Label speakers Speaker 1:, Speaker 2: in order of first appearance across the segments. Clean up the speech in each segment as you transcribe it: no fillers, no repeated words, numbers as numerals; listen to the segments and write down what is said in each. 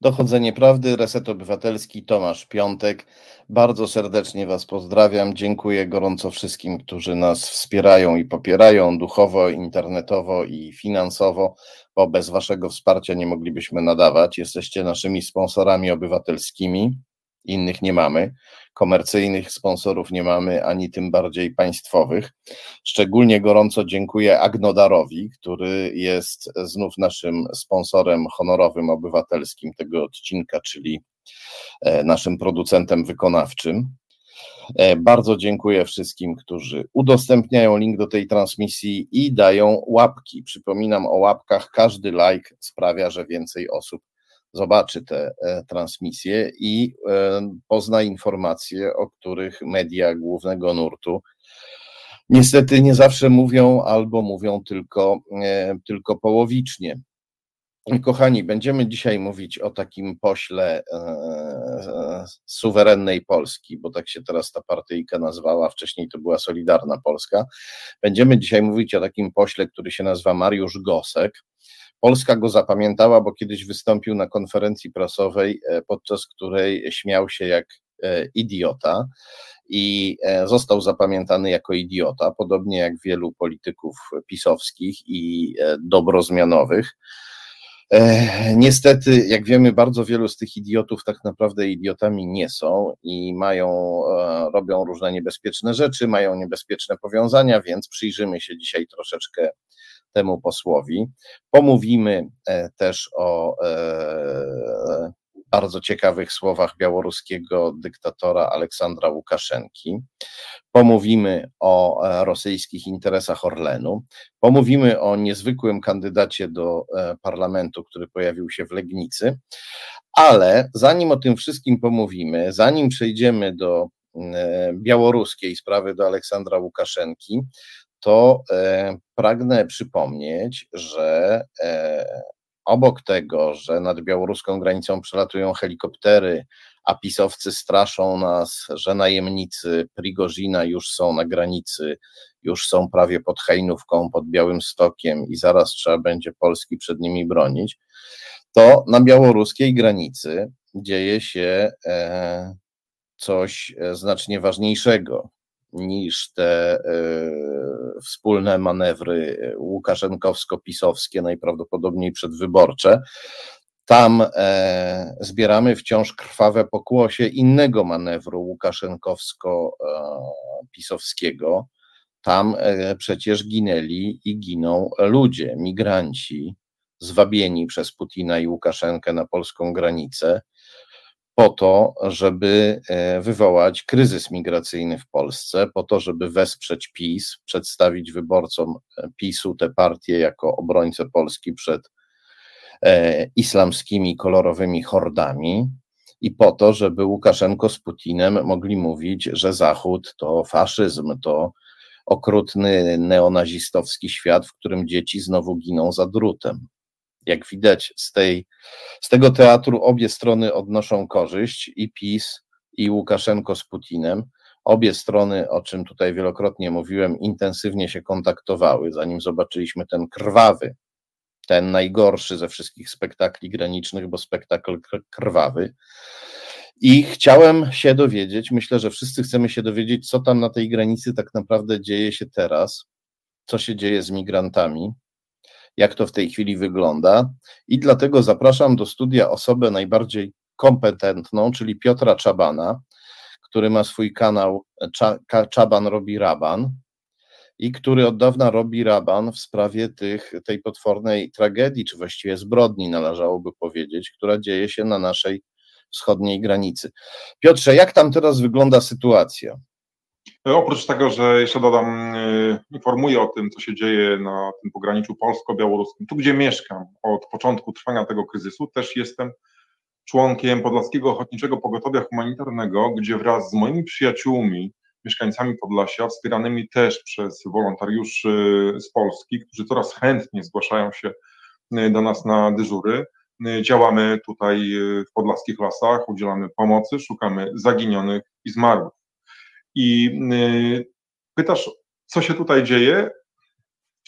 Speaker 1: Dochodzenie Prawdy, Reset Obywatelski, Tomasz Piątek. Bardzo serdecznie Was pozdrawiam. Dziękuję gorąco wszystkim, którzy nas wspierają i popierają duchowo, internetowo i finansowo, bo bez Waszego wsparcia nie moglibyśmy nadawać. Jesteście naszymi sponsorami obywatelskimi, innych nie mamy. Komercyjnych sponsorów nie mamy, ani tym bardziej państwowych. Szczególnie gorąco dziękuję Agnodarowi, który jest znów naszym sponsorem honorowym obywatelskim tego odcinka, czyli naszym producentem wykonawczym. Bardzo dziękuję wszystkim, którzy udostępniają link do tej transmisji i dają łapki. Przypominam o łapkach, każdy like sprawia, że więcej osób zobaczy tę transmisję i pozna informacje, o których media głównego nurtu niestety nie zawsze mówią albo mówią tylko połowicznie. Kochani, będziemy dzisiaj mówić o takim pośle suwerennej Polski, bo tak się teraz ta partyjka nazwała, wcześniej to była Solidarna Polska. Będziemy dzisiaj mówić o takim pośle, który się nazywa Mariusz Gosek. Polska go zapamiętała, bo kiedyś wystąpił na konferencji prasowej, podczas której śmiał się jak idiota i został zapamiętany jako idiota, podobnie jak wielu polityków pisowskich i dobrozmianowych. Niestety, jak wiemy, bardzo wielu z tych idiotów tak naprawdę idiotami nie są i robią różne niebezpieczne rzeczy, mają niebezpieczne powiązania, więc przyjrzymy się dzisiaj troszeczkę temu posłowi. Pomówimy też o bardzo ciekawych słowach białoruskiego dyktatora Aleksandra Łukaszenki. Pomówimy o rosyjskich interesach Orlenu. Pomówimy o niezwykłym kandydacie do parlamentu, który pojawił się w Legnicy. Ale zanim o tym wszystkim pomówimy, zanim przejdziemy do białoruskiej sprawy, do Aleksandra Łukaszenki, to pragnę przypomnieć, że obok tego, że nad białoruską granicą przelatują helikoptery, a pisowcy straszą nas, że najemnicy Prigozina już są na granicy, już są prawie pod Hejnówką, pod Białymstokiem i zaraz trzeba będzie Polski przed nimi bronić, to na białoruskiej granicy dzieje się coś znacznie ważniejszego niż te wspólne manewry łukaszenkowsko-pisowskie, najprawdopodobniej przedwyborcze. Tam zbieramy wciąż krwawe pokłosie innego manewru łukaszenkowsko-pisowskiego. Tam przecież ginęli i giną ludzie, migranci zwabieni przez Putina i Łukaszenkę na polską granicę, po to, żeby wywołać kryzys migracyjny w Polsce, po to, żeby wesprzeć PiS, przedstawić wyborcom PiS-u tę partię jako obrońcę Polski przed islamskimi, kolorowymi hordami i po to, żeby Łukaszenko z Putinem mogli mówić, że Zachód to faszyzm, to okrutny neonazistowski świat, w którym dzieci znowu giną za drutem. Jak widać z tego teatru obie strony odnoszą korzyść, i PiS, i Łukaszenko z Putinem. Obie strony, o czym tutaj wielokrotnie mówiłem, intensywnie się kontaktowały, zanim zobaczyliśmy ten krwawy, ten najgorszy ze wszystkich spektakli granicznych, bo spektakl krwawy. I chciałem się dowiedzieć, myślę, że wszyscy chcemy się dowiedzieć, co tam na tej granicy tak naprawdę dzieje się teraz, co się dzieje z migrantami, jak to w tej chwili wygląda. I dlatego zapraszam do studia osobę najbardziej kompetentną, czyli Piotra Czabana, który ma swój kanał Czaban robi raban i który od dawna robi raban w sprawie tej potwornej tragedii, czy właściwie zbrodni, należałoby powiedzieć, która dzieje się na naszej wschodniej granicy. Piotrze, jak tam teraz wygląda sytuacja?
Speaker 2: Oprócz tego, że jeszcze dodam, informuję o tym, co się dzieje na tym pograniczu polsko-białoruskim, tu gdzie mieszkam od początku trwania tego kryzysu, też jestem członkiem Podlaskiego Ochotniczego Pogotowia Humanitarnego, gdzie wraz z moimi przyjaciółmi, mieszkańcami Podlasia, wspieranymi też przez wolontariuszy z Polski, którzy coraz chętniej zgłaszają się do nas na dyżury, działamy tutaj w podlaskich lasach, udzielamy pomocy, szukamy zaginionych i zmarłych. I pytasz, co się tutaj dzieje?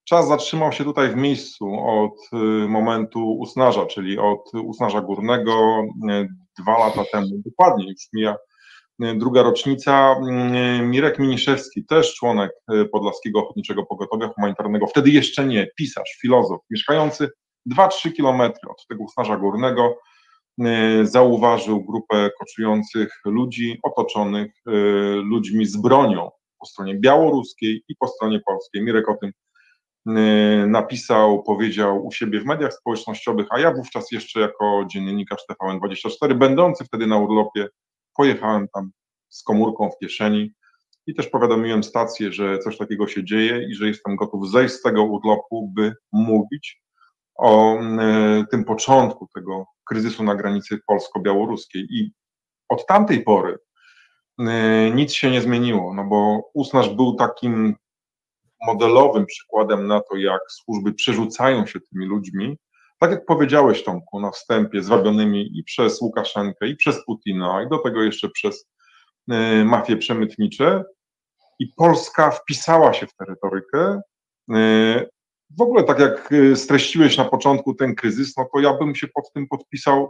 Speaker 2: czas zatrzymał się tutaj w miejscu od momentu Usnarza, czyli od Usnarza Górnego 2 lata temu. Dokładnie, już mija druga rocznica. Mirek Miniszewski, też członek Podlaskiego Ochotniczego Pogotowia Humanitarnego, wtedy jeszcze nie, pisarz, filozof, mieszkający 2-3 kilometry od tego Usnarza Górnego, zauważył grupę koczujących ludzi otoczonych ludźmi z bronią po stronie białoruskiej i po stronie polskiej. Mirek o tym napisał, powiedział u siebie w mediach społecznościowych, a ja wówczas jeszcze jako dziennikarz TVN24, będący wtedy na urlopie, pojechałem tam z komórką w kieszeni i też powiadomiłem stację, że coś takiego się dzieje i że jestem gotów zejść z tego urlopu, by mówić o tym początku tego kryzysu na granicy polsko-białoruskiej. I od tamtej pory nic się nie zmieniło, no bo Usnarz był takim modelowym przykładem na to, jak służby przerzucają się tymi ludźmi, tak jak powiedziałeś, Tomku, na wstępie, zwabionymi i przez Łukaszenkę, i przez Putina, i do tego jeszcze przez mafie przemytnicze. I Polska wpisała się w tę retorykę. W ogóle, tak jak streściłeś na początku ten kryzys, no to ja bym się pod tym podpisał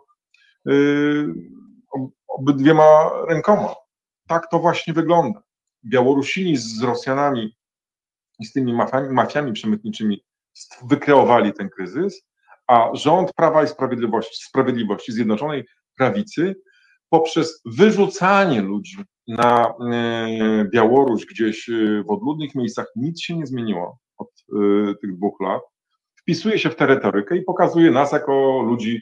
Speaker 2: obydwiema rękoma. Tak to właśnie wygląda. Białorusini z Rosjanami i z tymi mafiami przemytniczymi wykreowali ten kryzys, a rząd Prawa i Sprawiedliwości, Zjednoczonej Prawicy, poprzez wyrzucanie ludzi na Białoruś gdzieś w odludnych miejscach, nic się nie zmieniło od tych 2 lat, wpisuje się w tę retorykę i pokazuje nas jako ludzi,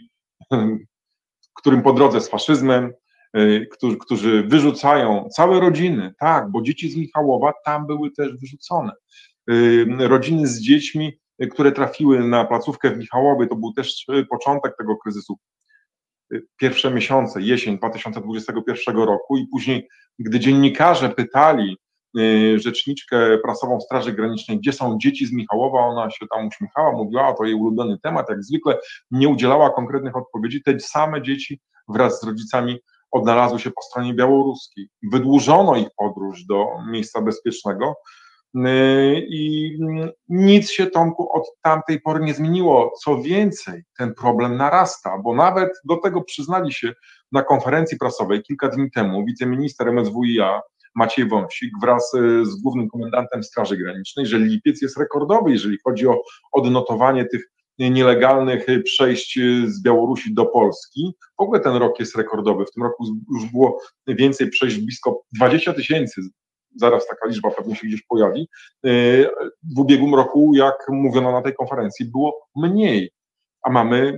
Speaker 2: którym po drodze z faszyzmem, którzy wyrzucają całe rodziny, tak, bo dzieci z Michałowa tam były też wyrzucone. Rodziny z dziećmi, które trafiły na placówkę w Michałowie, to był też początek tego kryzysu. Pierwsze miesiące, jesień 2021 roku i później, gdy dziennikarze pytali rzeczniczkę prasową Straży Granicznej, gdzie są dzieci z Michałowa, ona się tam uśmiechała, mówiła, a to jej ulubiony temat, jak zwykle nie udzielała konkretnych odpowiedzi. Te same dzieci wraz z rodzicami odnalazły się po stronie białoruskiej. Wydłużono ich podróż do miejsca bezpiecznego i nic się, Tomku, od tamtej pory nie zmieniło. Co więcej, ten problem narasta, bo nawet do tego przyznali się na konferencji prasowej kilka dni temu wiceminister MSWiA Maciej Wąsik wraz z głównym komendantem Straży Granicznej, że lipiec jest rekordowy, jeżeli chodzi o odnotowanie tych nielegalnych przejść z Białorusi do Polski. W ogóle ten rok jest rekordowy. W tym roku już było więcej przejść, blisko 20 000. Zaraz taka liczba pewnie się gdzieś pojawi. W ubiegłym roku, jak mówiono na tej konferencji, było mniej, a mamy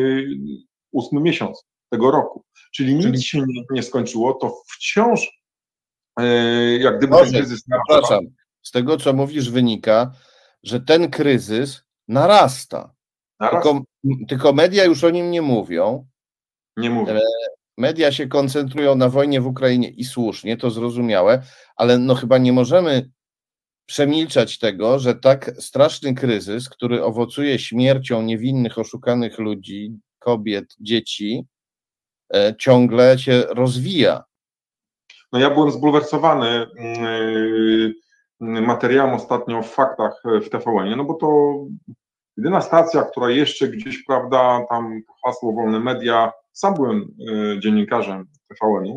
Speaker 2: 8 miesiąc tego roku. Czyli nic się nie skończyło, to wciąż jak gdyby ten kryzys narasta.
Speaker 1: Z tego, co mówisz, wynika, że ten kryzys narasta. Tylko media już o nim nie mówią.
Speaker 2: Nie mówią.
Speaker 1: Media się koncentrują na wojnie w Ukrainie i słusznie, to zrozumiałe, ale no chyba nie możemy przemilczać tego, że tak straszny kryzys, który owocuje śmiercią niewinnych, oszukanych ludzi, kobiet, dzieci, ciągle się rozwija.
Speaker 2: No ja byłem zbulwersowany materiałem ostatnio w Faktach w TVN-ie, no bo to jedyna stacja, która jeszcze gdzieś, prawda, tam hasło wolne media, sam byłem dziennikarzem TVN-u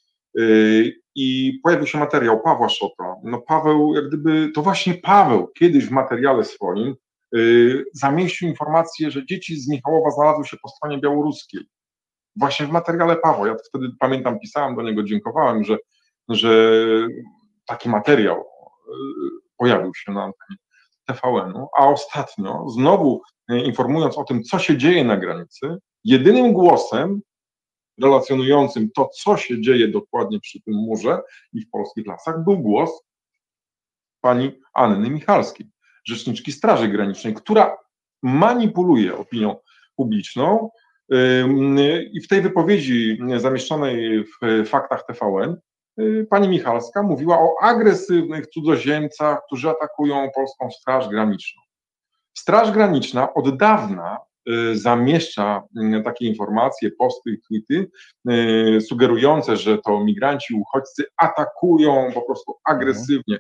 Speaker 2: i pojawił się materiał Pawła Szota. No Paweł, jak gdyby, to właśnie Paweł kiedyś w materiale swoim zamieścił informację, że dzieci z Michałowa znalazły się po stronie białoruskiej. Właśnie w materiale Pawła. Ja wtedy, pamiętam, pisałem do niego, dziękowałem, że taki materiał pojawił się na antenie TVN-u, a ostatnio, znowu informując o tym, co się dzieje na granicy, jedynym głosem relacjonującym to, co się dzieje dokładnie przy tym murze i w polskich lasach, był głos pani Anny Michalskiej, rzeczniczki Straży Granicznej, która manipuluje opinią publiczną i w tej wypowiedzi zamieszczonej w Faktach TVN pani Michalska mówiła o agresywnych cudzoziemcach, którzy atakują polską Straż Graniczną. Straż Graniczna od dawna zamieszcza takie informacje, posty i tweety sugerujące, że to migranci, uchodźcy atakują po prostu agresywnie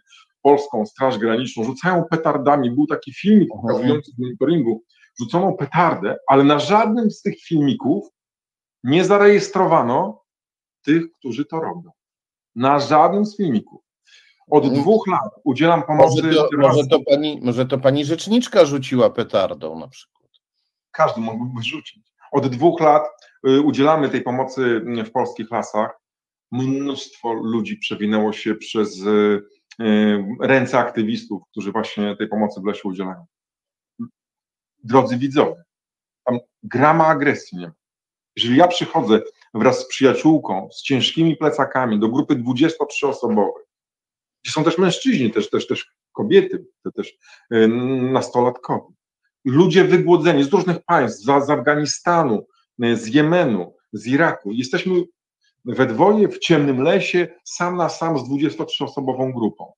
Speaker 2: polską Straż Graniczną, rzucają petardami. Był taki filmik pokazujący w monitoringu, rzucono petardę, ale na żadnym z tych filmików nie zarejestrowano tych, którzy to robią. Na żadnym z filmików. Od 2 lat udzielam pomocy.
Speaker 1: Może to pani rzeczniczka rzuciła petardą na przykład.
Speaker 2: Każdy mógłby rzucić. Od 2 lat udzielamy tej pomocy w polskich lasach. Mnóstwo ludzi przewinęło się przez ręce aktywistów, którzy właśnie tej pomocy w lesie udzielają. Drodzy widzowie, tam grama agresji nie ma. Jeżeli ja przychodzę wraz z przyjaciółką, z ciężkimi plecakami do grupy 23-osobowej, gdzie są też mężczyźni, też kobiety, też nastolatkowie, ludzie wygłodzeni z różnych państw, z Afganistanu, z Jemenu, z Iraku. Jesteśmy we dwoje w ciemnym lesie, sam na sam z 23-osobową grupą.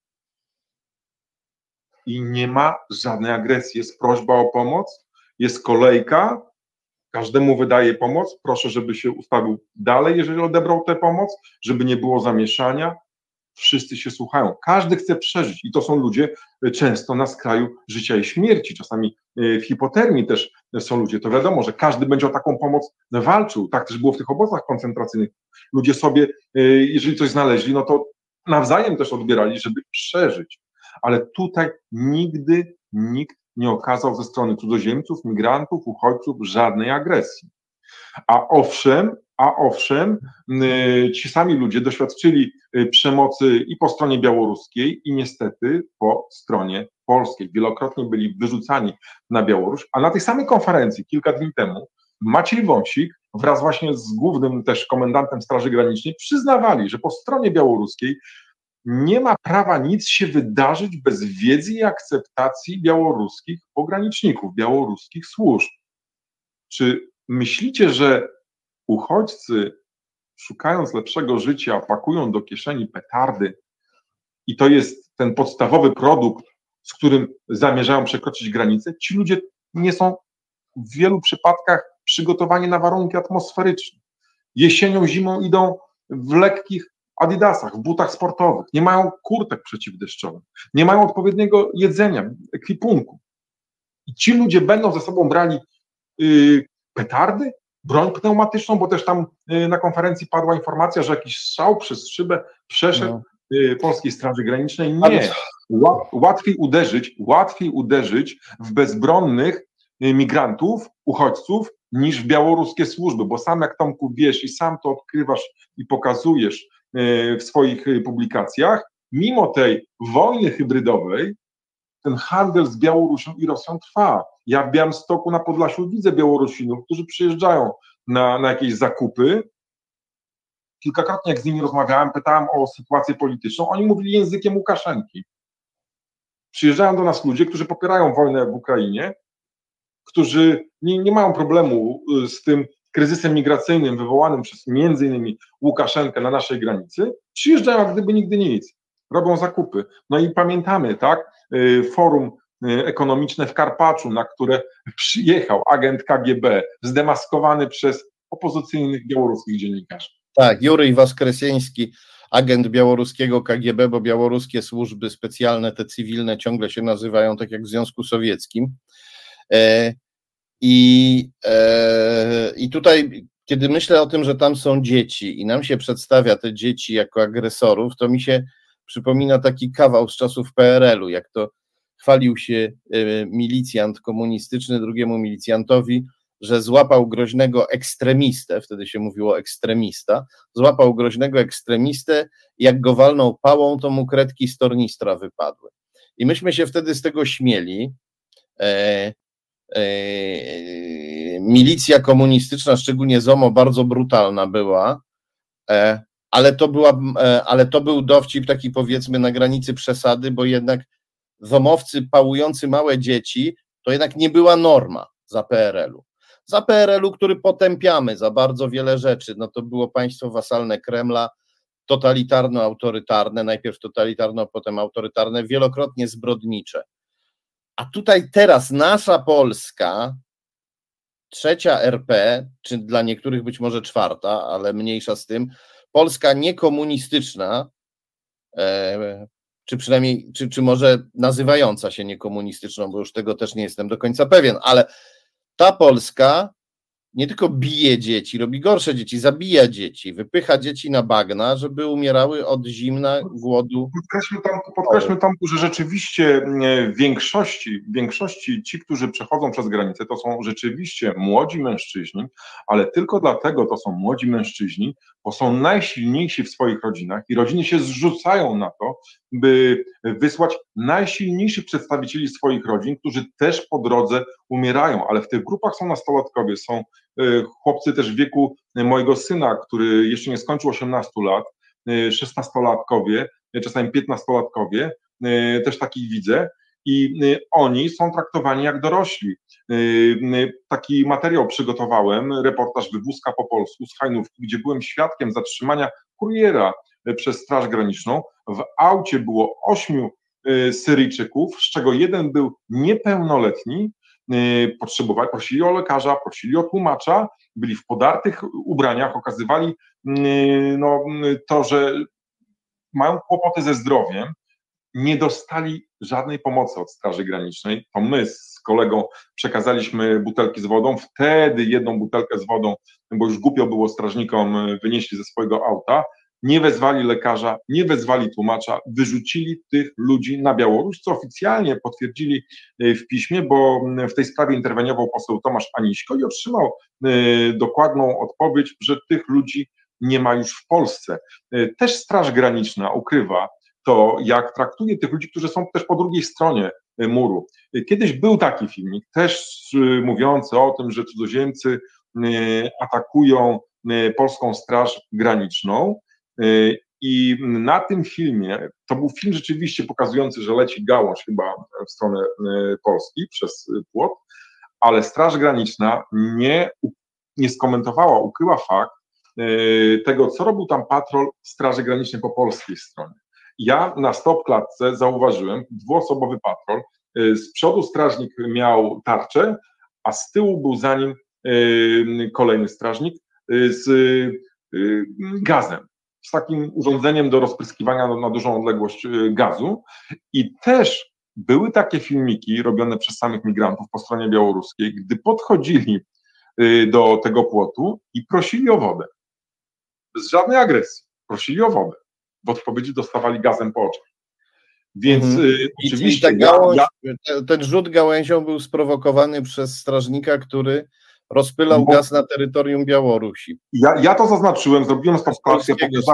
Speaker 2: I nie ma żadnej agresji. Jest prośba o pomoc, jest kolejka, każdemu wydaje pomoc, proszę, żeby się ustawił dalej, jeżeli odebrał tę pomoc, żeby nie było zamieszania. Wszyscy się słuchają, każdy chce przeżyć i to są ludzie często na skraju życia i śmierci, czasami w hipotermii też są ludzie, to wiadomo, że każdy będzie o taką pomoc walczył, tak też było w tych obozach koncentracyjnych, ludzie sobie, jeżeli coś znaleźli, no to nawzajem też odbierali, żeby przeżyć, ale tutaj nigdy nikt nie okazał ze strony cudzoziemców, migrantów, uchodźców żadnej agresji. A owszem, ci sami ludzie doświadczyli przemocy i po stronie białoruskiej, i niestety po stronie polskiej. Wielokrotnie byli wyrzucani na Białoruś, a na tej samej konferencji kilka dni temu Maciej Wąsik wraz właśnie z głównym też komendantem Straży Granicznej przyznawali, że po stronie białoruskiej nie ma prawa nic się wydarzyć bez wiedzy i akceptacji białoruskich pograniczników, białoruskich służb. Czy myślicie, że uchodźcy, szukając lepszego życia, pakują do kieszeni petardy i to jest ten podstawowy produkt, z którym zamierzają przekroczyć granicę? Ci ludzie nie są w wielu przypadkach przygotowani na warunki atmosferyczne. Jesienią, zimą idą w lekkich adidasach, w butach sportowych, nie mają kurtek przeciwdeszczowych, nie mają odpowiedniego jedzenia, ekwipunku. I ci ludzie będą ze sobą brali petardy, broń pneumatyczną, bo też tam na konferencji padła informacja, że jakiś strzał przez szybę przeszedł Polskiej Straży Granicznej. Nie. Łatwiej uderzyć w bezbronnych migrantów, uchodźców, niż w białoruskie służby, bo sam, jak Tomku wiesz i sam to odkrywasz i pokazujesz w swoich publikacjach, mimo tej wojny hybrydowej ten handel z Białorusią i Rosją trwa. Ja w Białymstoku na Podlasiu widzę Białorusinów, którzy przyjeżdżają na jakieś zakupy. Kilkakrotnie jak z nimi rozmawiałem, pytałem o sytuację polityczną, oni mówili językiem Łukaszenki. Przyjeżdżają do nas ludzie, którzy popierają wojnę w Ukrainie, którzy nie mają problemu z tym kryzysem migracyjnym wywołanym przez między innymi Łukaszenkę na naszej granicy, przyjeżdżają jak gdyby nigdy nic, robią zakupy. No i pamiętamy, tak, forum ekonomiczne w Karpaczu, na które przyjechał agent KGB zdemaskowany przez opozycyjnych białoruskich dziennikarzy.
Speaker 1: Tak, Juryj Waskresieński, agent białoruskiego KGB, bo białoruskie służby specjalne, te cywilne ciągle się nazywają tak jak w Związku Sowieckim. I tutaj, kiedy myślę o tym, że tam są dzieci i nam się przedstawia te dzieci jako agresorów, to mi się przypomina taki kawał z czasów PRL-u, jak to chwalił się milicjant komunistyczny drugiemu milicjantowi, że złapał groźnego ekstremistę, wtedy się mówiło ekstremista, złapał groźnego ekstremistę, jak go walnął pałą, to mu kredki z tornistra wypadły. I myśmy się wtedy z tego śmieli. Milicja komunistyczna, szczególnie ZOMO, bardzo brutalna była, ale to był dowcip taki, powiedzmy, na granicy przesady, bo jednak ZOMowcy pałujący małe dzieci to jednak nie była norma za PRL-u. Za PRL-u, który potępiamy za bardzo wiele rzeczy, no to było państwo wasalne Kremla, totalitarno-autorytarne, najpierw totalitarno, potem autorytarne, wielokrotnie zbrodnicze. A tutaj teraz nasza Polska, trzecia RP, czy dla niektórych być może czwarta, ale mniejsza z tym, Polska niekomunistyczna, czy przynajmniej, czy może nazywająca się niekomunistyczną, bo już tego też nie jestem do końca pewien, ale ta Polska nie tylko bije dzieci, robi gorsze dzieci, zabija dzieci, wypycha dzieci na bagna, żeby umierały od zimna, głodu.
Speaker 2: Podkreślmy, Tomku, że rzeczywiście w większości ci, którzy przechodzą przez granicę, to są rzeczywiście młodzi mężczyźni, ale tylko dlatego to są młodzi mężczyźni, bo są najsilniejsi w swoich rodzinach i rodziny się zrzucają na to, by wysłać najsilniejszych przedstawicieli swoich rodzin, którzy też po drodze umierają, ale w tych grupach są nastolatkowie, są chłopcy też w wieku mojego syna, który jeszcze nie skończył 18 lat, 16-latkowie, czasami 15-latkowie, też takich widzę, i oni są traktowani jak dorośli. Taki materiał przygotowałem, reportaż Wywózka po polsku z Hajnówki, gdzie byłem świadkiem zatrzymania kuriera przez Straż Graniczną. W aucie było 8 Syryjczyków, z czego jeden był niepełnoletni, prosili o lekarza, prosili o tłumacza, byli w podartych ubraniach, okazywali to, że mają kłopoty ze zdrowiem, nie dostali żadnej pomocy od Straży Granicznej. To my z kolegą przekazaliśmy butelki z wodą, wtedy jedną butelkę z wodą, bo już głupio było strażnikom, wynieśli ze swojego auta, nie wezwali lekarza, nie wezwali tłumacza, wyrzucili tych ludzi na Białoruś, co oficjalnie potwierdzili w piśmie, bo w tej sprawie interweniował poseł Tomasz Aniśko i otrzymał dokładną odpowiedź, że tych ludzi nie ma już w Polsce. Też Straż Graniczna ukrywa to, jak traktuje tych ludzi, którzy są też po drugiej stronie muru. Kiedyś był taki filmik, też mówiący o tym, że cudzoziemcy atakują polską Straż Graniczną, i na tym filmie, to był film rzeczywiście pokazujący, że leci gałąź chyba w stronę Polski przez płot, ale Straż Graniczna nie skomentowała, ukryła fakt tego, co robił tam patrol Straży Granicznej po polskiej stronie. Ja na stopklatce zauważyłem 2-osobowy patrol, z przodu strażnik miał tarczę, a z tyłu był za nim kolejny strażnik z gazem, z takim urządzeniem do rozpryskiwania na dużą odległość gazu, i też były takie filmiki robione przez samych migrantów po stronie białoruskiej, gdy podchodzili do tego płotu i prosili o wodę. Bez żadnej agresji. Prosili o wodę. W odpowiedzi dostawali gazem po oczach. Więc oczywiście...
Speaker 1: Ten rzut gałęzią był sprowokowany przez strażnika, który rozpylał gaz na terytorium Białorusi.
Speaker 2: Ja to zaznaczyłem, zrobiłem stopklatkę,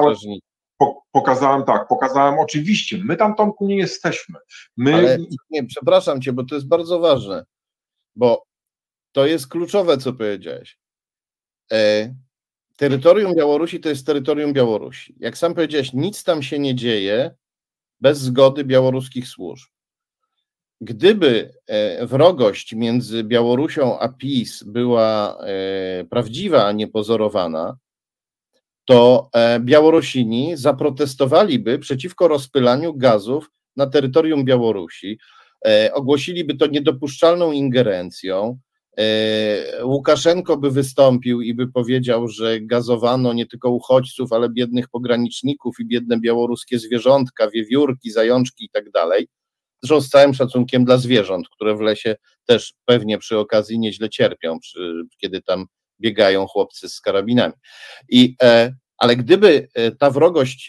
Speaker 2: pokazałem, oczywiście, my tam, Tomku, nie jesteśmy.
Speaker 1: Ale nie, przepraszam cię, bo to jest bardzo ważne, bo to jest kluczowe, co powiedziałeś. Terytorium Białorusi to jest terytorium Białorusi. Jak sam powiedziałeś, nic tam się nie dzieje bez zgody białoruskich służb. Gdyby wrogość między Białorusią a PiS była prawdziwa, a nie pozorowana, to Białorusini zaprotestowaliby przeciwko rozpylaniu gazów na terytorium Białorusi, ogłosiliby to niedopuszczalną ingerencją. Łukaszenko by wystąpił i by powiedział, że gazowano nie tylko uchodźców, ale biednych pograniczników i biedne białoruskie zwierzątka, wiewiórki, zajączki i tak dalej. Zresztą z całym szacunkiem dla zwierząt, które w lesie też pewnie przy okazji nieźle cierpią, kiedy tam biegają chłopcy z karabinami. Ale gdyby ta wrogość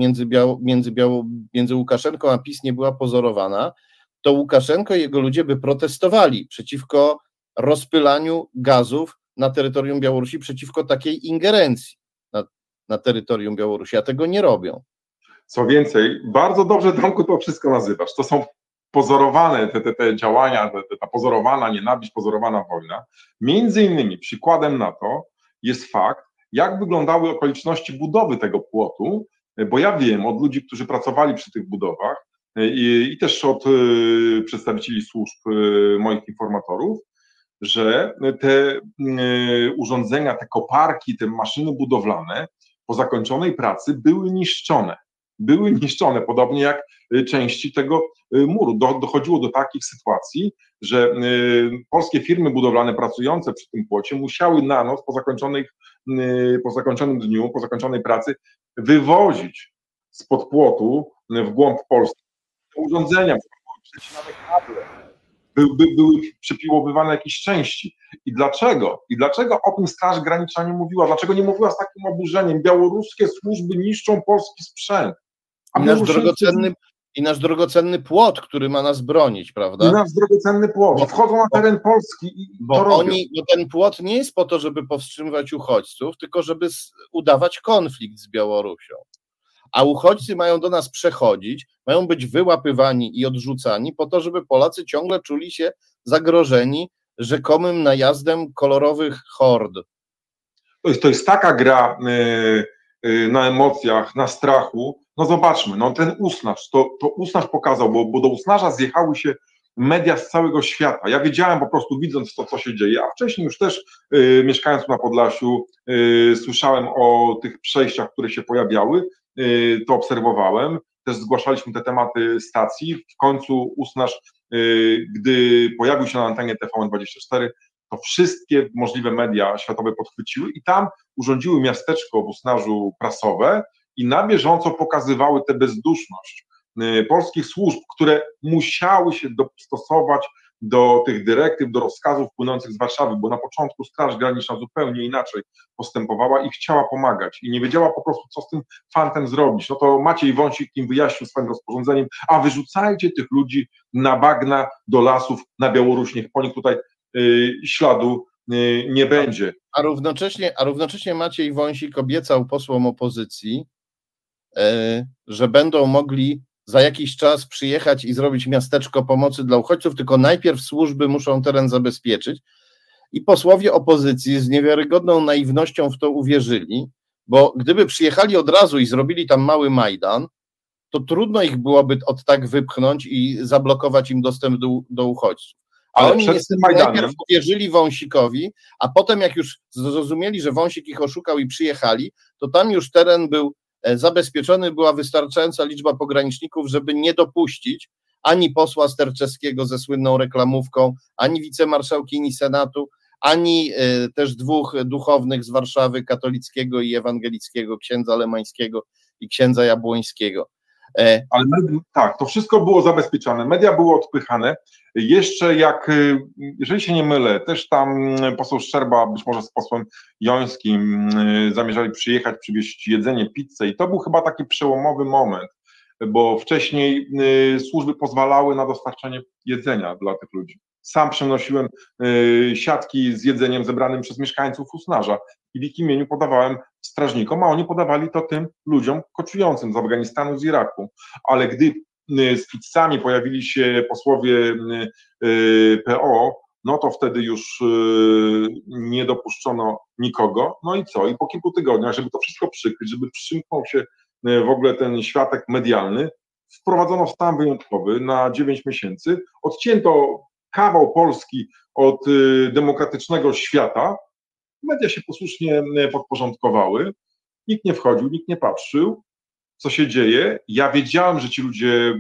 Speaker 1: między Łukaszenką a PiS nie była pozorowana, to Łukaszenko i jego ludzie by protestowali przeciwko rozpylaniu gazów na terytorium Białorusi, przeciwko takiej ingerencji na terytorium Białorusi, a tego nie robią.
Speaker 2: Co więcej, bardzo dobrze, Tomku, to wszystko nazywasz. To są pozorowane te działania, ta pozorowana nienawiść, pozorowana wojna. Między innymi przykładem na to jest fakt, jak wyglądały okoliczności budowy tego płotu, bo ja wiem od ludzi, którzy pracowali przy tych budowach i też od przedstawicieli służb, moich informatorów, że te urządzenia, te koparki, te maszyny budowlane po zakończonej pracy były niszczone. Były niszczone, podobnie jak części tego muru. Dochodziło do takich sytuacji, że polskie firmy budowlane pracujące przy tym płocie musiały na noc po zakończonym dniu, po zakończonej pracy wywozić spod płotu w głąb Polski urządzenia, były przecinane kable, były przypiłowywane jakieś części. I dlaczego? I dlaczego o tym Straż Graniczna nie mówiła? Dlaczego nie mówiła z takim oburzeniem? Białoruskie służby niszczą polski sprzęt.
Speaker 1: I nasz drogocenny płot, który ma nas bronić, prawda?
Speaker 2: I nasz drogocenny płot. I wchodzą na teren Polski i
Speaker 1: bo ten płot nie jest po to, żeby powstrzymywać uchodźców, tylko żeby udawać konflikt z Białorusią. A uchodźcy mają do nas przechodzić, mają być wyłapywani i odrzucani po to, żeby Polacy ciągle czuli się zagrożeni rzekomym najazdem kolorowych hord.
Speaker 2: To jest taka gra na emocjach, na strachu. No zobaczmy, no ten Usnarz, to Usnarz pokazał, bo do Usnarza zjechały się media z całego świata. Ja wiedziałem po prostu, widząc to, co się dzieje, a wcześniej już też mieszkając na Podlasiu, słyszałem o tych przejściach, które się pojawiały, to obserwowałem, też zgłaszaliśmy te tematy stacji. W końcu Usnarz, gdy pojawił się na antenie TVN24, to wszystkie możliwe media światowe podchwyciły i tam urządziły miasteczko w Usnarzu prasowe i na bieżąco pokazywały tę bezduszność polskich służb, które musiały się dostosować do tych dyrektyw, do rozkazów płynących z Warszawy, bo na początku Straż Graniczna zupełnie inaczej postępowała i chciała pomagać i nie wiedziała po prostu, co z tym fantem zrobić. No to Maciej Wąsik im wyjaśnił swoim rozporządzeniem, a wyrzucajcie tych ludzi na bagna, do lasów, na Białoruś, niech po nich tutaj śladu nie będzie.
Speaker 1: A równocześnie Maciej Wąsik obiecał posłom opozycji, że będą mogli za jakiś czas przyjechać i zrobić miasteczko pomocy dla uchodźców, tylko najpierw służby muszą teren zabezpieczyć i posłowie opozycji z niewiarygodną naiwnością w to uwierzyli, bo gdyby przyjechali od razu i zrobili tam mały Majdan, to trudno ich byłoby od tak wypchnąć i zablokować im dostęp do uchodźców. Ale oni najpierw uwierzyli Wąsikowi, a potem jak już zrozumieli, że Wąsik ich oszukał i przyjechali, to tam już teren był zabezpieczony, była wystarczająca liczba pograniczników, żeby nie dopuścić ani posła Sterczewskiego ze słynną reklamówką, ani wicemarszałkini Senatu, ani też dwóch duchownych z Warszawy, katolickiego i ewangelickiego, księdza Lemańskiego i księdza Jabłońskiego.
Speaker 2: Ale tak, to wszystko było zabezpieczane, media były odpychane. Jeszcze jeżeli się nie mylę, też tam poseł Szczerba, być może z posłem Jońskim zamierzali przyjechać, przywieźć jedzenie, pizzę i to był chyba taki przełomowy moment, bo wcześniej służby pozwalały na dostarczanie jedzenia dla tych ludzi. Sam przynosiłem siatki z jedzeniem zebranym przez mieszkańców Usnarza i w ich imieniu podawałem strażnikom, a oni podawali to tym ludziom koczującym z Afganistanu, z Iraku. Ale gdy z pizzami pojawili się posłowie PO, no to wtedy już nie dopuszczono nikogo. No i co? I po kilku tygodniach, żeby to wszystko przykryć, żeby przymknął się w ogóle ten światek medialny, wprowadzono stan wyjątkowy na 9 miesięcy, odcięto kawał Polski od demokratycznego świata, media się posłusznie podporządkowały, nikt nie wchodził, nikt nie patrzył, co się dzieje. Ja wiedziałem, że ci ludzie,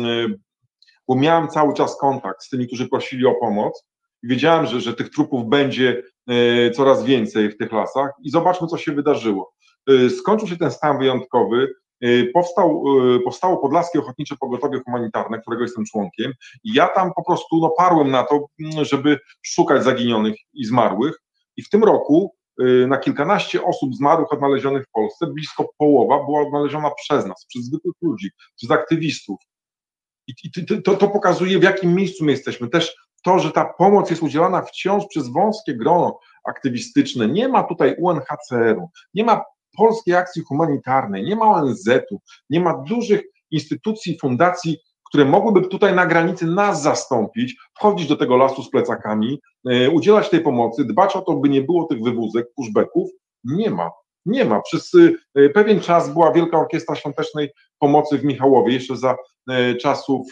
Speaker 2: bo miałem cały czas kontakt z tymi, którzy prosili o pomoc i wiedziałem, że tych trupów będzie coraz więcej w tych lasach i zobaczmy, co się wydarzyło. Skończył się ten stan wyjątkowy, powstało Podlaskie Ochotnicze Pogotowie Humanitarne, którego jestem członkiem i ja tam po prostu parłem na to, żeby szukać zaginionych i zmarłych i w tym roku na kilkanaście osób zmarłych odnalezionych w Polsce blisko połowa była odnaleziona przez nas, przez zwykłych ludzi, przez aktywistów. I to pokazuje, w jakim miejscu my jesteśmy. Też to, że ta pomoc jest udzielana wciąż przez wąskie grono aktywistyczne. Nie ma tutaj UNHCR-u, nie ma Polskiej Akcji Humanitarnej, nie ma ONZ-u, nie ma dużych instytucji, fundacji, które mogłyby tutaj na granicy nas zastąpić, wchodzić do tego lasu z plecakami, udzielać tej pomocy, dbać o to, by nie było tych wywózek, pushbacków. Nie ma. Przez pewien czas była Wielka Orkiestra Świątecznej Pomocy w Michałowie, jeszcze za czasów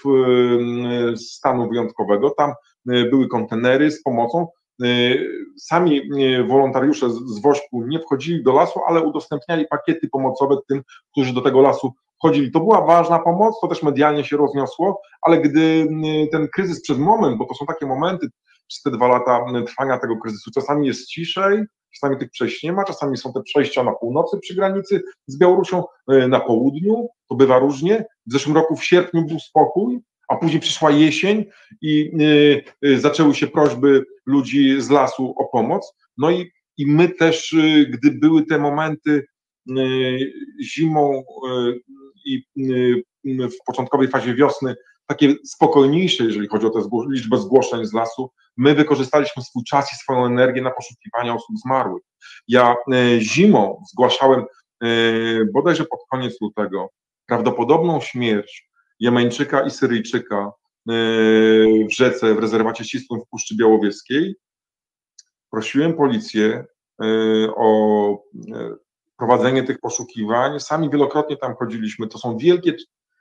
Speaker 2: stanu wyjątkowego. Tam były kontenery z pomocą. Sami wolontariusze z Wośpu nie wchodzili do lasu, ale udostępniali pakiety pomocowe tym, którzy do tego lasu wchodzili. To była ważna pomoc, to też medialnie się rozniosło, ale gdy ten kryzys przez moment, bo to są takie momenty, przez te 2 lata trwania tego kryzysu. Czasami jest ciszej, czasami tych przejść nie ma, czasami są te przejścia na północy przy granicy z Białorusią, na południu, to bywa różnie. W zeszłym roku w sierpniu był spokój, a później przyszła jesień i zaczęły się prośby ludzi z lasu o pomoc. No i my też, gdy były te momenty zimą i w początkowej fazie wiosny, takie spokojniejsze, jeżeli chodzi o tę liczbę zgłoszeń z lasu, my wykorzystaliśmy swój czas i swoją energię na poszukiwanie osób zmarłych. Ja zimą zgłaszałem, bodajże pod koniec lutego, prawdopodobną śmierć Jemeńczyka i Syryjczyka w rzece, w rezerwacie ścisłym w Puszczy Białowieskiej. Prosiłem policję o prowadzenie tych poszukiwań. Sami wielokrotnie tam chodziliśmy. To są wielkie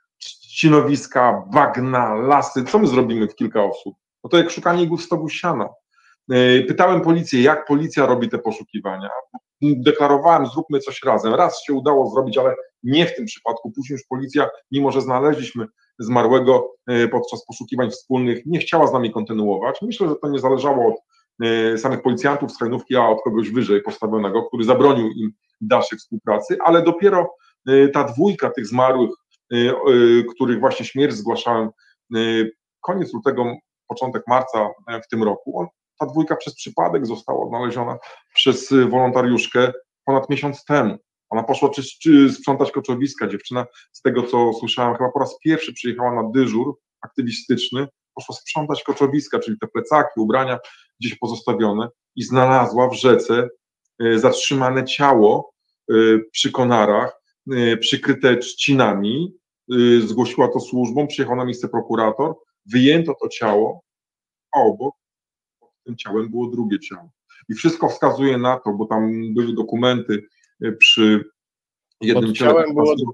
Speaker 2: ścinowiska, bagna, lasy. Co my zrobimy w kilka osób? No to jak szukanie igły w stogu siana. Pytałem policję, jak policja robi te poszukiwania. Deklarowałem, zróbmy coś razem. Raz się udało zrobić, ale nie w tym przypadku. Później już policja, mimo że znaleźliśmy zmarłego podczas poszukiwań wspólnych, nie chciała z nami kontynuować. Myślę, że to nie zależało od samych policjantów z Hajnówki, a od kogoś wyżej postawionego, który zabronił im dalszej współpracy, ale dopiero ta 2 tych zmarłych, których właśnie śmierć zgłaszałem, koniec lutego, początek marca w tym roku, ta 2 przez przypadek została odnaleziona przez wolontariuszkę ponad miesiąc temu. Ona poszła czy sprzątać koczowiska. Dziewczyna, z tego co słyszałem, chyba po raz pierwszy przyjechała na dyżur aktywistyczny, poszła sprzątać koczowiska, czyli te plecaki, ubrania gdzieś pozostawione i znalazła w rzece zatrzymane ciało przy konarach, przykryte trzcinami. Zgłosiła to służbom, przyjechał na miejsce prokurator, wyjęto to ciało, a obok pod tym ciałem było drugie ciało. I wszystko wskazuje na to, bo tam były dokumenty przy jednym ciele.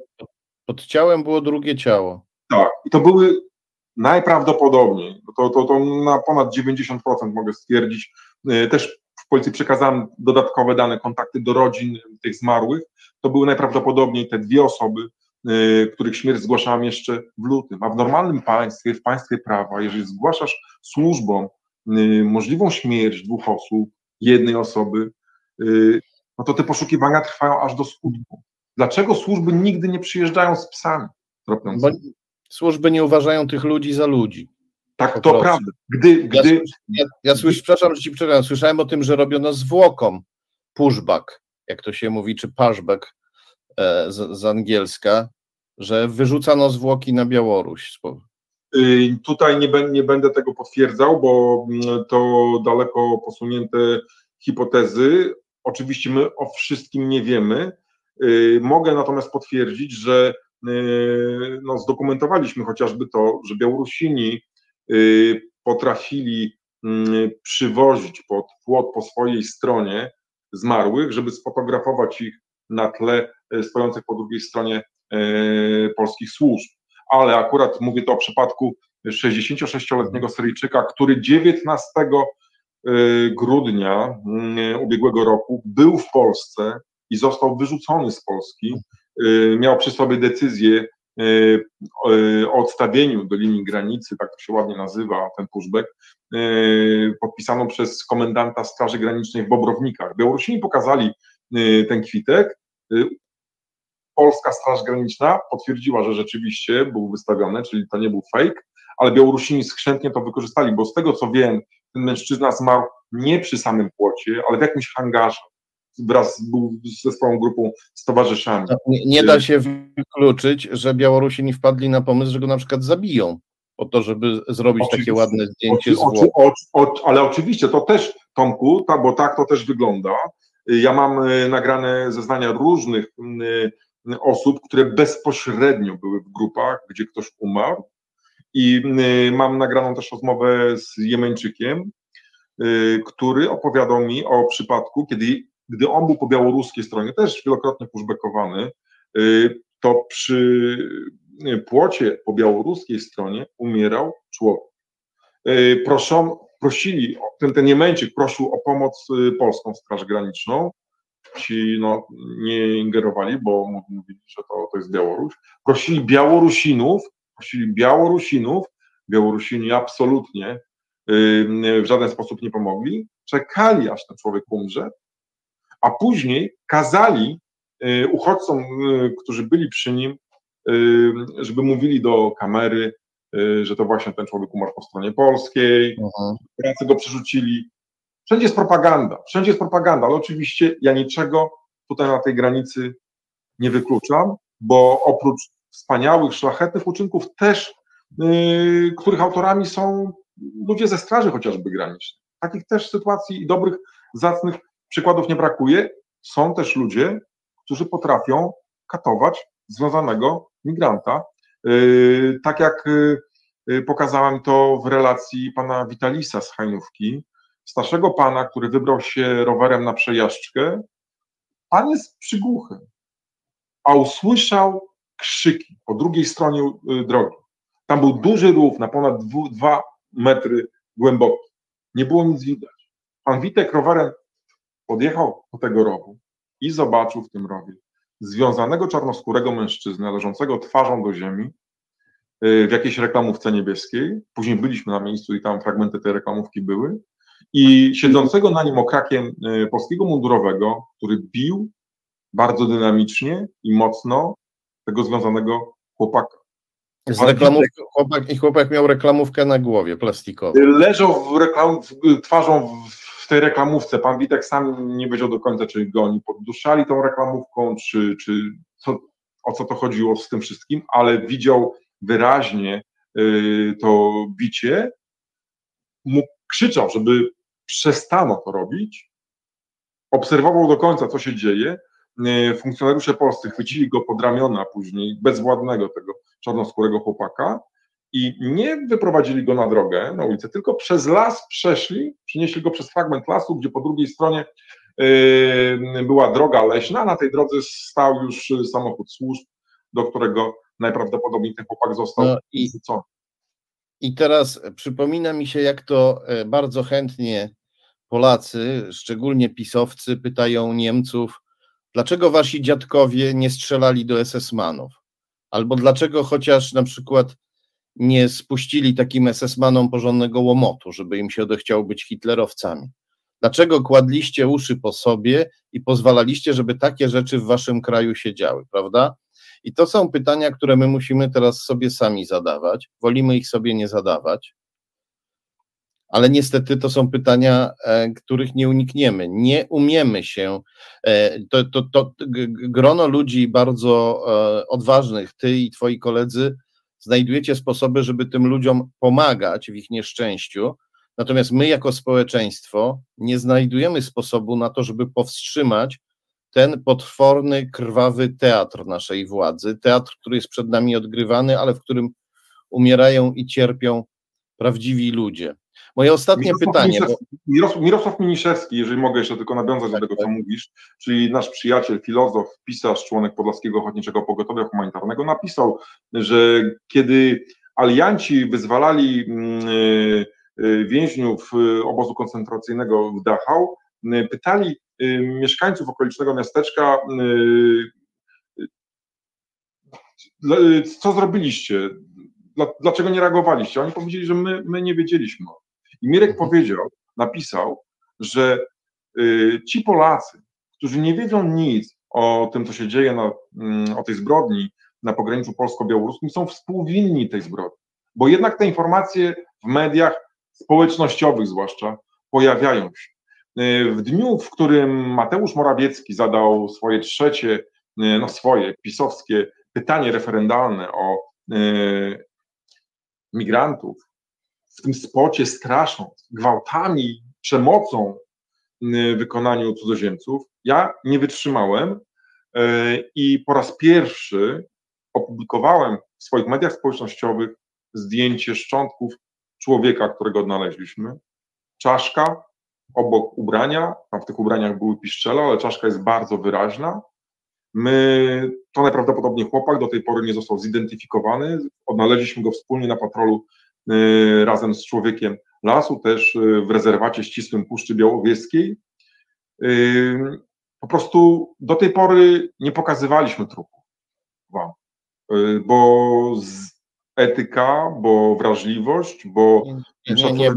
Speaker 1: Pod ciałem było drugie ciało.
Speaker 2: Tak, i to były najprawdopodobniej, to na ponad 90% mogę stwierdzić, też w policji przekazałem dodatkowe dane, kontakty do rodzin tych zmarłych, to były najprawdopodobniej te 2 osoby, których śmierć zgłaszałem jeszcze w lutym, a w normalnym państwie, w państwie prawa, jeżeli zgłaszasz służbom możliwą śmierć 2 osób, 1 osoby, no to te poszukiwania trwają aż do skutku. Dlaczego służby nigdy nie przyjeżdżają z psami tropiącymi?
Speaker 1: Bo służby nie uważają tych ludzi za ludzi.
Speaker 2: Tak, to prawda.
Speaker 1: Przepraszam, że ci przerwam. Słyszałem o tym, że robiono zwłokom pushback, jak to się mówi, czy pushback z angielska, że wyrzucano zwłoki na Białoruś.
Speaker 2: Tutaj nie będę tego potwierdzał, bo to daleko posunięte hipotezy. Oczywiście my o wszystkim nie wiemy. Mogę natomiast potwierdzić, że zdokumentowaliśmy chociażby to, że Białorusini potrafili przywozić pod płot po swojej stronie zmarłych, żeby sfotografować ich na tle stojących po drugiej stronie polskich służb. Ale akurat mówię to o przypadku 66-letniego Syryjczyka, który 19 grudnia ubiegłego roku był w Polsce i został wyrzucony z Polski. Miał przy sobie decyzję o odstawieniu do linii granicy, tak to się ładnie nazywa, ten pushback, podpisaną przez komendanta Straży Granicznej w Bobrownikach. Białorusini pokazali ten kwitek. Polska Straż Graniczna potwierdziła, że rzeczywiście był wystawiony, czyli to nie był fake, ale Białorusini skrzętnie to wykorzystali, bo z tego co wiem, ten mężczyzna zmarł nie przy samym płocie, ale w jakimś hangarze. Był ze swoją grupą z towarzyszami.
Speaker 1: Nie da się wykluczyć, że Białorusini wpadli na pomysł, że go na przykład zabiją, po to, żeby zrobić takie ładne zdjęcie
Speaker 2: ale oczywiście to też, Tomku, bo tak to też wygląda. Ja mam nagrane zeznania różnych osób, które bezpośrednio były w grupach, gdzie ktoś umarł, i mam nagraną też rozmowę z Jemeńczykiem, który opowiadał mi o przypadku, gdy on był po białoruskiej stronie, też wielokrotnie pushbackowany, to przy płocie po białoruskiej stronie umierał człowiek. Prosili, ten Jemeńczyk prosił o pomoc polską Straż Graniczną, ci nie ingerowali, bo mówili, że to jest Białoruś. Prosili Białorusinów, Białorusini absolutnie w żaden sposób nie pomogli, czekali, aż ten człowiek umrze, a później kazali uchodźcom, którzy byli przy nim, żeby mówili do kamery, że to właśnie ten człowiek umarł po stronie polskiej, Polacy go przerzucili. Wszędzie jest propaganda, ale oczywiście ja niczego tutaj na tej granicy nie wykluczam, bo oprócz wspaniałych, szlachetnych uczynków też, których autorami są ludzie ze straży chociażby granicznej. Takich też sytuacji i dobrych, zacnych przykładów nie brakuje. Są też ludzie, którzy potrafią katować związanego migranta. Tak jak pokazałem to w relacji pana Witalisa z Hajnówki, starszego pana, który wybrał się rowerem na przejażdżkę. Pan jest przygłuchy, a usłyszał krzyki po drugiej stronie drogi. Tam był duży rów na ponad 2 metry głęboki. Nie było nic widać. Pan Witek rowerem podjechał do tego rowu i zobaczył w tym rowie związanego czarnoskórego mężczyznę leżącego twarzą do ziemi w jakiejś reklamówce niebieskiej. Później byliśmy na miejscu i tam fragmenty tej reklamówki były. I siedzącego na nim okrakiem polskiego mundurowego, który bił bardzo dynamicznie i mocno tego związanego chłopaka.
Speaker 1: Chłopak miał reklamówkę na głowie, plastikową.
Speaker 2: Leżał twarzą w tej reklamówce. Pan Witek sam nie wiedział do końca, czy go oni podduszali tą reklamówką, o co to chodziło z tym wszystkim, ale widział wyraźnie to bicie. Krzyczał, żeby przestano to robić. Obserwował do końca, co się dzieje. Funkcjonariusze polscy chwycili go pod ramiona później, bezwładnego tego czarnoskórego chłopaka i nie wyprowadzili go na drogę, na ulicę, tylko przez las przynieśli go przez fragment lasu, gdzie po drugiej stronie była droga leśna, a na tej drodze stał już samochód służb, do którego najprawdopodobniej ten chłopak został wrzucony.
Speaker 1: I teraz przypomina mi się, jak to bardzo chętnie Polacy, szczególnie pisowcy, pytają Niemców, dlaczego wasi dziadkowie nie strzelali do SS-manów? Albo dlaczego chociaż na przykład nie spuścili takim SS-manom porządnego łomotu, żeby im się odechciało być hitlerowcami? Dlaczego kładliście uszy po sobie i pozwalaliście, żeby takie rzeczy w waszym kraju się działy, prawda? I to są pytania, które my musimy teraz sobie sami zadawać. Wolimy ich sobie nie zadawać, ale niestety to są pytania, których nie unikniemy. Nie umiemy się, to grono ludzi bardzo odważnych, ty i twoi koledzy, znajdujecie sposoby, żeby tym ludziom pomagać w ich nieszczęściu, natomiast my jako społeczeństwo nie znajdujemy sposobu na to, żeby powstrzymać ten potworny, krwawy teatr naszej władzy, teatr, który jest przed nami odgrywany, ale w którym umierają i cierpią prawdziwi ludzie. Moje ostatnie pytanie.
Speaker 2: Mirosław Miniszewski, jeżeli mogę jeszcze tylko nawiązać do tego, co mówisz, czyli nasz przyjaciel, filozof, pisarz, członek Podlaskiego Ochotniczego Pogotowia Humanitarnego, napisał, że kiedy alianci wyzwalali więźniów obozu koncentracyjnego w Dachau, pytali mieszkańców okolicznego miasteczka, co zrobiliście, dlaczego nie reagowaliście? Oni powiedzieli, że my nie wiedzieliśmy. I Mirek napisał, że ci Polacy, którzy nie wiedzą nic o tym, co się dzieje o tej zbrodni na pograniczu polsko-białoruskim, są współwinni tej zbrodni, bo jednak te informacje w mediach społecznościowych zwłaszcza pojawiają się. W dniu, w którym Mateusz Morawiecki zadał swoje trzecie, swoje pisowskie pytanie referendalne o migrantów, w tym spocie strasząc gwałtami, przemocą w wykonaniu cudzoziemców, ja nie wytrzymałem i po raz pierwszy opublikowałem w swoich mediach społecznościowych zdjęcie szczątków człowieka, którego odnaleźliśmy. Czaszka obok ubrania, tam w tych ubraniach były piszczele, ale czaszka jest bardzo wyraźna. To najprawdopodobniej chłopak, do tej pory nie został zidentyfikowany. Odnaleźliśmy go wspólnie na patrolu razem z człowiekiem lasu, też w rezerwacie ścisłym Puszczy Białowieskiej. Po do tej pory nie pokazywaliśmy trupów wam, bo etyka, bo wrażliwość, bo
Speaker 1: nie,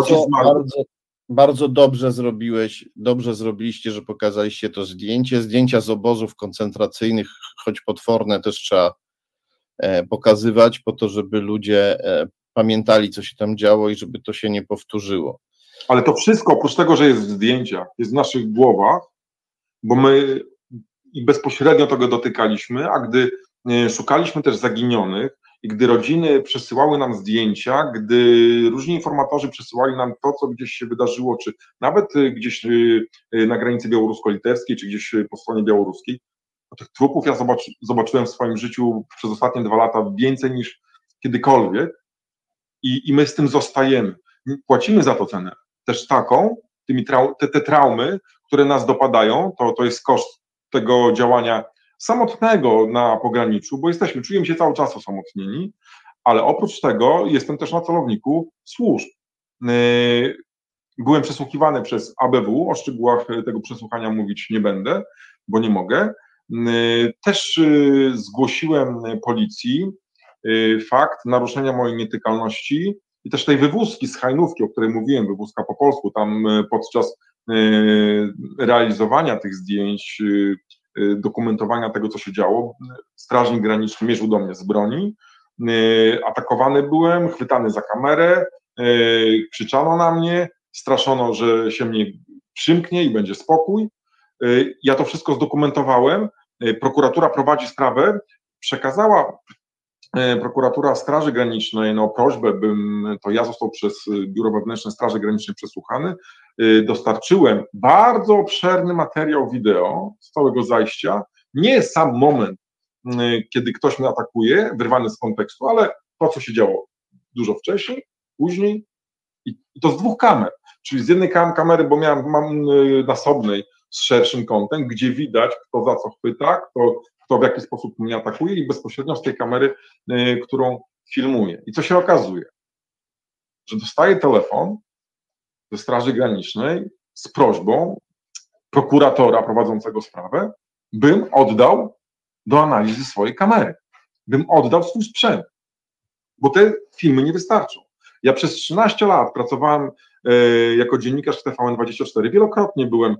Speaker 1: bardzo dobrze zrobiliście, że pokazaliście to zdjęcia z obozów koncentracyjnych, choć potworne, też trzeba pokazywać po to, żeby ludzie pamiętali, co się tam działo i żeby to się nie powtórzyło.
Speaker 2: Ale to wszystko, oprócz tego, że jest w zdjęciach, jest w naszych głowach, bo my i bezpośrednio tego dotykaliśmy, a gdy szukaliśmy też zaginionych i gdy rodziny przesyłały nam zdjęcia, gdy różni informatorzy przesyłali nam to, co gdzieś się wydarzyło, czy nawet gdzieś na granicy białorusko-litewskiej, czy gdzieś po stronie białoruskiej, to tych trupów ja zobaczyłem w swoim życiu przez ostatnie 2 lata więcej niż kiedykolwiek i my z tym zostajemy. Płacimy za to cenę. Też taką, te traumy, które nas dopadają, to jest koszt tego działania samotnego na pograniczu, bo czujemy się cały czas osamotnieni, ale oprócz tego jestem też na celowniku służb. Byłem przesłuchiwany przez ABW, o szczegółach tego przesłuchania mówić nie będę, bo nie mogę. Też zgłosiłem policji fakt naruszenia mojej nietykalności i też tej wywózki z Hajnówki, o której mówiłem, wywózka po polsku, tam podczas realizowania tych zdjęć, dokumentowania tego, co się działo, strażnik graniczny mierzył do mnie z broni, atakowany byłem, chwytany za kamerę, krzyczano na mnie, straszono, że się mnie przymknie i będzie spokój. Ja to wszystko zdokumentowałem, prokuratura prowadzi sprawę, przekazała prokuratura Straży Granicznej prośbę, bym to ja został przez Biuro Wewnętrzne Straży Granicznej przesłuchany, dostarczyłem bardzo obszerny materiał wideo z całego zajścia, nie sam moment, kiedy ktoś mnie atakuje, wyrwany z kontekstu, ale to, co się działo dużo wcześniej, później i to z 2 kamer, czyli z jednej kamery, bo mam nasobnej z szerszym kątem, gdzie widać, kto za co chwyta, kto w jaki sposób mnie atakuje i bezpośrednio z tej kamery, którą filmuję. I co się okazuje? Że dostaję telefon ze Straży Granicznej z prośbą prokuratora prowadzącego sprawę, bym oddał do analizy swojej kamery, bym oddał swój sprzęt, bo te filmy nie wystarczą. Ja przez 13 lat pracowałem jako dziennikarz w TVN24, wielokrotnie byłem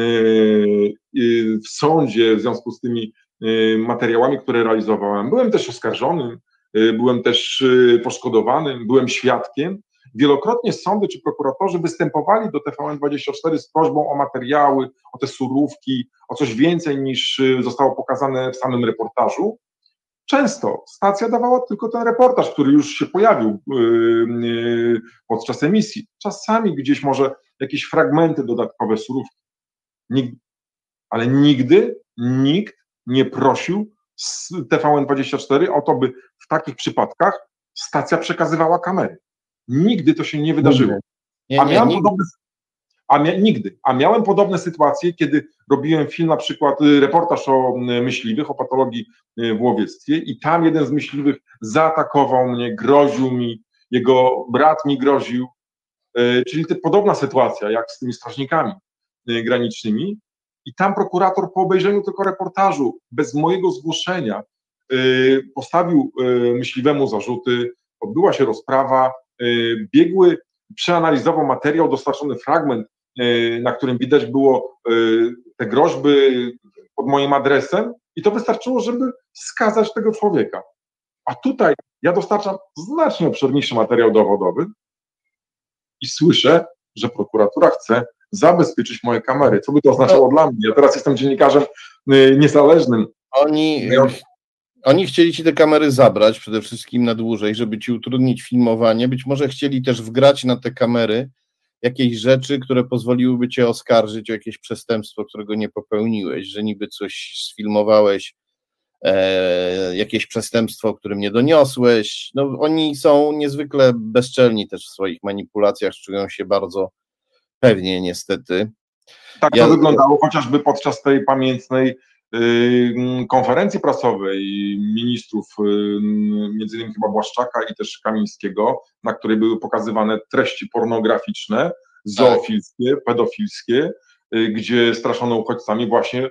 Speaker 2: w sądzie w związku z tymi materiałami, które realizowałem. Byłem też oskarżonym, byłem też poszkodowanym, byłem świadkiem. Wielokrotnie sądy czy prokuratorzy występowali do TVN24 z prośbą o materiały, o te surówki, o coś więcej niż zostało pokazane w samym reportażu. Często stacja dawała tylko ten reportaż, który już się pojawił podczas emisji. Czasami gdzieś może jakieś fragmenty dodatkowe, surówki. Ale nigdy nikt nie prosił z TVN24 o to, by w takich przypadkach stacja przekazywała kamery. Nigdy to się nie wydarzyło. A miałem podobne sytuacje, kiedy robiłem film, na przykład reportaż o myśliwych, o patologii w łowiectwie i tam jeden z myśliwych zaatakował mnie, groził mi, jego brat mi groził, czyli podobna sytuacja jak z tymi strażnikami granicznymi i tam prokurator po obejrzeniu tylko reportażu, bez mojego zgłoszenia, postawił myśliwemu zarzuty, odbyła się rozprawa, biegły przeanalizował materiał, dostarczony fragment, na którym widać było te groźby pod moim adresem i to wystarczyło, żeby skazać tego człowieka. A tutaj ja dostarczam znacznie obszerniejszy materiał dowodowy i słyszę, że prokuratura chce zabezpieczyć moje kamery. Co by to oznaczało dla mnie? Ja teraz jestem dziennikarzem niezależnym.
Speaker 1: Oni chcieli ci te kamery zabrać przede wszystkim na dłużej, żeby ci utrudnić filmowanie. Być może chcieli też wgrać na te kamery jakieś rzeczy, które pozwoliłyby cię oskarżyć o jakieś przestępstwo, którego nie popełniłeś, że niby coś sfilmowałeś, jakieś przestępstwo, o którym nie doniosłeś. No, oni są niezwykle bezczelni też w swoich manipulacjach, czują się bardzo pewnie niestety.
Speaker 2: Tak to wyglądało chociażby podczas tej pamiętnej konferencji prasowej ministrów, między innymi chyba Błaszczaka i też Kamińskiego, na której były pokazywane treści pornograficzne, zoofilskie, pedofilskie, gdzie straszono uchodźcami właśnie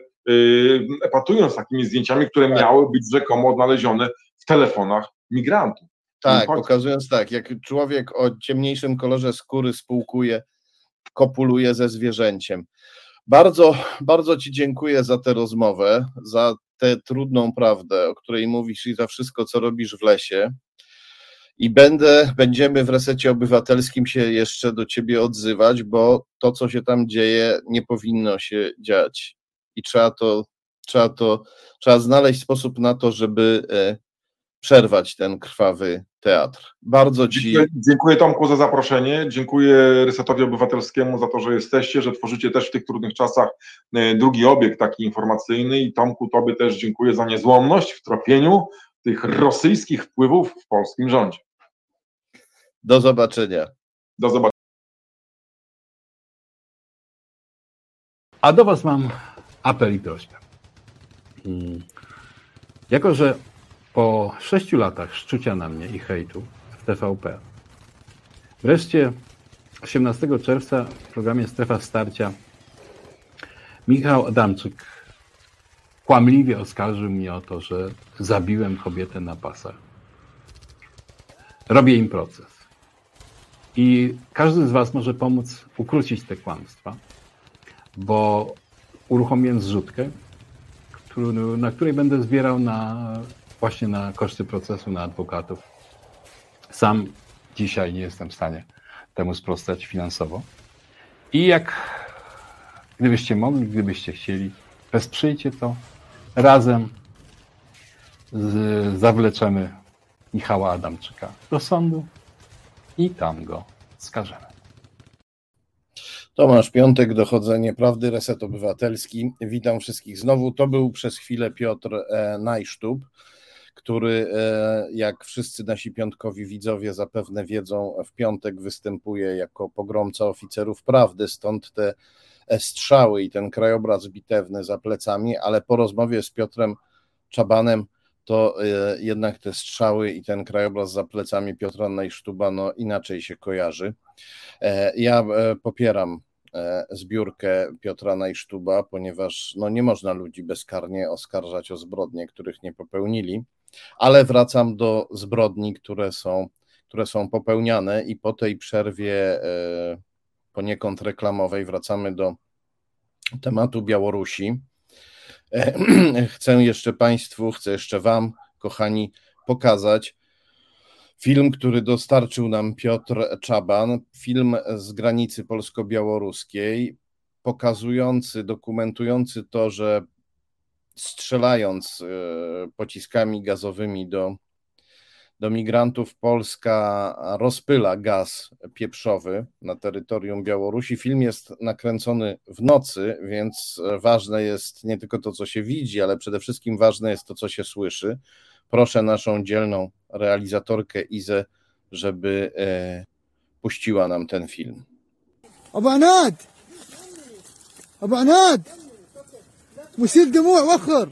Speaker 2: epatując takimi zdjęciami, które miały być rzekomo odnalezione w telefonach migrantów.
Speaker 1: Tak, pokazując tak, jak człowiek o ciemniejszym kolorze skóry kopuluje ze zwierzęciem. Bardzo, bardzo Ci dziękuję za tę rozmowę, za tę trudną prawdę, o której mówisz i za wszystko, co robisz w lesie. I będziemy w Resecie Obywatelskim się jeszcze do Ciebie odzywać, bo to, co się tam dzieje, nie powinno się dziać. I trzeba znaleźć sposób na to, żeby przerwać ten krwawy teatr. Bardzo Ci...
Speaker 2: Dziękuję Tomku za zaproszenie, dziękuję Resetowi Obywatelskiemu za to, że jesteście, że tworzycie też w tych trudnych czasach drugi obiekt taki informacyjny i Tomku, Tobie też dziękuję za niezłomność w tropieniu tych rosyjskich wpływów w polskim rządzie.
Speaker 1: Do zobaczenia.
Speaker 2: Do zobaczenia.
Speaker 3: A do Was mam apel i prośbę. Jako że po 6 latach szczucia na mnie i hejtu w TVP, wreszcie 18 czerwca w programie Strefa Starcia Michał Adamczyk kłamliwie oskarżył mnie o to, że zabiłem kobietę na pasach. Robię im proces. I każdy z Was może pomóc ukrócić te kłamstwa, bo uruchomiłem zrzutkę, na której będę zbierał właśnie na koszty procesu, na adwokatów. Sam dzisiaj nie jestem w stanie temu sprostać finansowo. I gdybyście mogli, gdybyście chcieli, wesprzyjcie to, razem zawleczemy Michała Adamczyka do sądu i tam go skażemy.
Speaker 1: Tomasz Piątek, Dochodzenie Prawdy, Reset Obywatelski. Witam wszystkich znowu. To był przez chwilę Piotr Najsztub, który, jak wszyscy nasi piątkowi widzowie zapewne wiedzą, w piątek występuje jako pogromca oficerów prawdy, stąd te strzały i ten krajobraz bitewny za plecami, ale po rozmowie z Piotrem Czabanem to jednak te strzały i ten krajobraz za plecami Piotra Najsztuba inaczej się kojarzy. Ja popieram zbiórkę Piotra Najsztuba, ponieważ nie można ludzi bezkarnie oskarżać o zbrodnie, których nie popełnili, ale wracam do zbrodni, które są popełniane i po tej przerwie poniekąd reklamowej wracamy do tematu Białorusi. Chcę jeszcze Wam, kochani, pokazać film, który dostarczył nam Piotr Czaban, film z granicy polsko-białoruskiej, dokumentujący to, że strzelając pociskami gazowymi do migrantów, Polska rozpyla gaz pieprzowy na terytorium Białorusi. Film jest nakręcony w nocy, więc ważne jest nie tylko to, co się widzi, ale przede wszystkim ważne jest to, co się słyszy. Proszę naszą dzielną realizatorkę Izę, żeby puściła nam ten film.
Speaker 4: Abanat! Musil dmuع وخر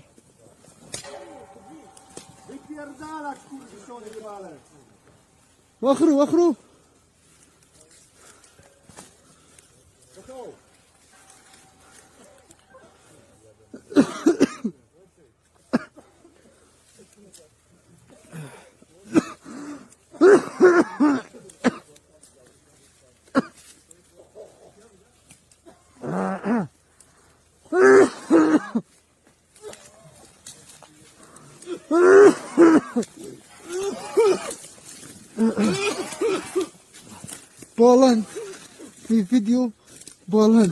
Speaker 4: وخروا Poland, في فيديو Poland.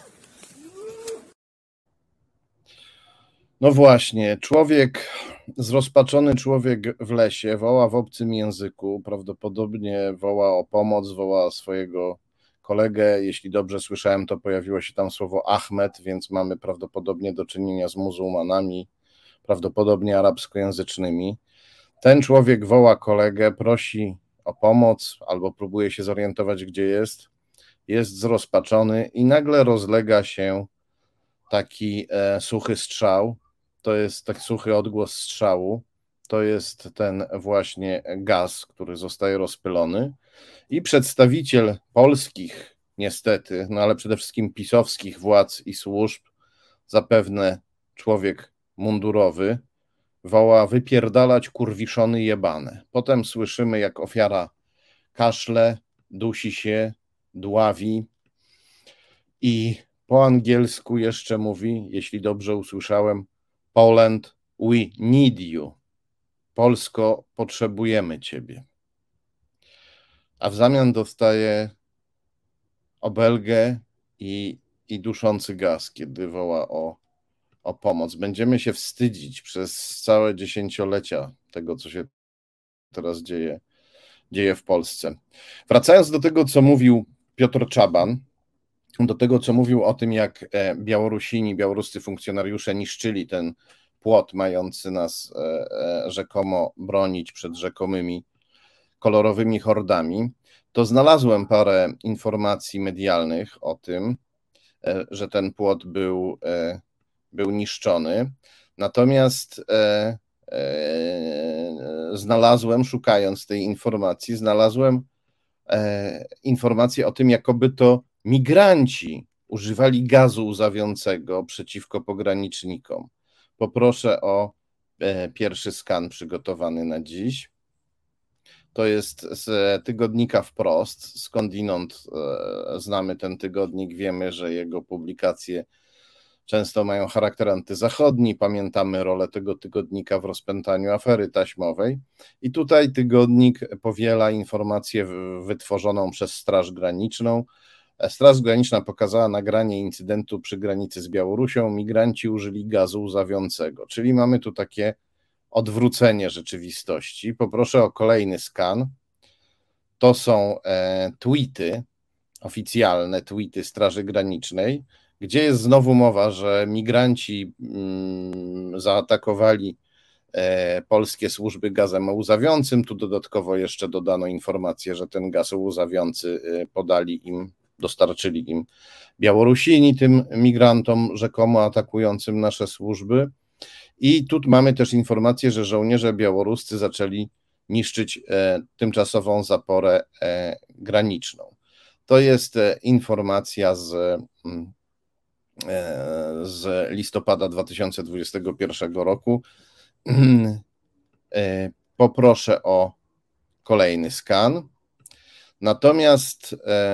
Speaker 1: No właśnie, zrozpaczony człowiek w lesie woła w obcym języku, prawdopodobnie woła o pomoc, woła swojego kolegę. Jeśli dobrze słyszałem, to pojawiło się tam słowo Ahmed, więc mamy prawdopodobnie do czynienia z muzułmanami, prawdopodobnie arabskojęzycznymi. Ten człowiek woła kolegę, prosi o pomoc albo próbuje się zorientować, gdzie jest zrozpaczony i nagle rozlega się taki suchy strzał, to jest taki suchy odgłos strzału, to jest ten właśnie gaz, który zostaje rozpylony i przedstawiciel polskich niestety, ale przede wszystkim pisowskich władz i służb, zapewne człowiek mundurowy, woła: wypierdalać kurwiszony jebane. Potem słyszymy, jak ofiara kaszle, dusi się, dławi i po angielsku jeszcze mówi, jeśli dobrze usłyszałem: Poland, we need you. Polsko, potrzebujemy ciebie. A w zamian dostaje obelgę i duszący gaz, kiedy woła o pomoc. Będziemy się wstydzić przez całe dziesięciolecia tego, co się teraz dzieje w Polsce. Wracając do tego, co mówił Piotr Czaban, do tego, co mówił o tym, jak Białorusini, białoruscy funkcjonariusze niszczyli ten płot mający nas rzekomo bronić przed rzekomymi kolorowymi hordami, to znalazłem parę informacji medialnych o tym, że ten płot był niszczony. Natomiast szukając tej informacji, znalazłem informację o tym, jakoby to migranci używali gazu łzawiącego przeciwko pogranicznikom. Poproszę o pierwszy skan przygotowany na dziś. To jest z tygodnika Wprost. Skądinąd znamy ten tygodnik, wiemy, że jego publikacje często mają charakter antyzachodni. Pamiętamy rolę tego tygodnika w rozpętaniu afery taśmowej. I tutaj tygodnik powiela informację wytworzoną przez Straż Graniczną. Straż Graniczna pokazała nagranie incydentu przy granicy z Białorusią. Migranci użyli gazu łzawiącego, czyli mamy tu takie odwrócenie rzeczywistości. Poproszę o kolejny skan. To są tweety, oficjalne tweety Straży Granicznej, gdzie jest znowu mowa, że migranci zaatakowali polskie służby gazem łzawiącym. Tu dodatkowo jeszcze dodano informację, że ten gaz łzawiący dostarczyli im Białorusini, tym migrantom rzekomo atakującym nasze służby. I tu mamy też informację, że żołnierze białoruscy zaczęli niszczyć tymczasową zaporę graniczną. To jest informacja z listopada 2021 roku. Poproszę o kolejny skan. Natomiast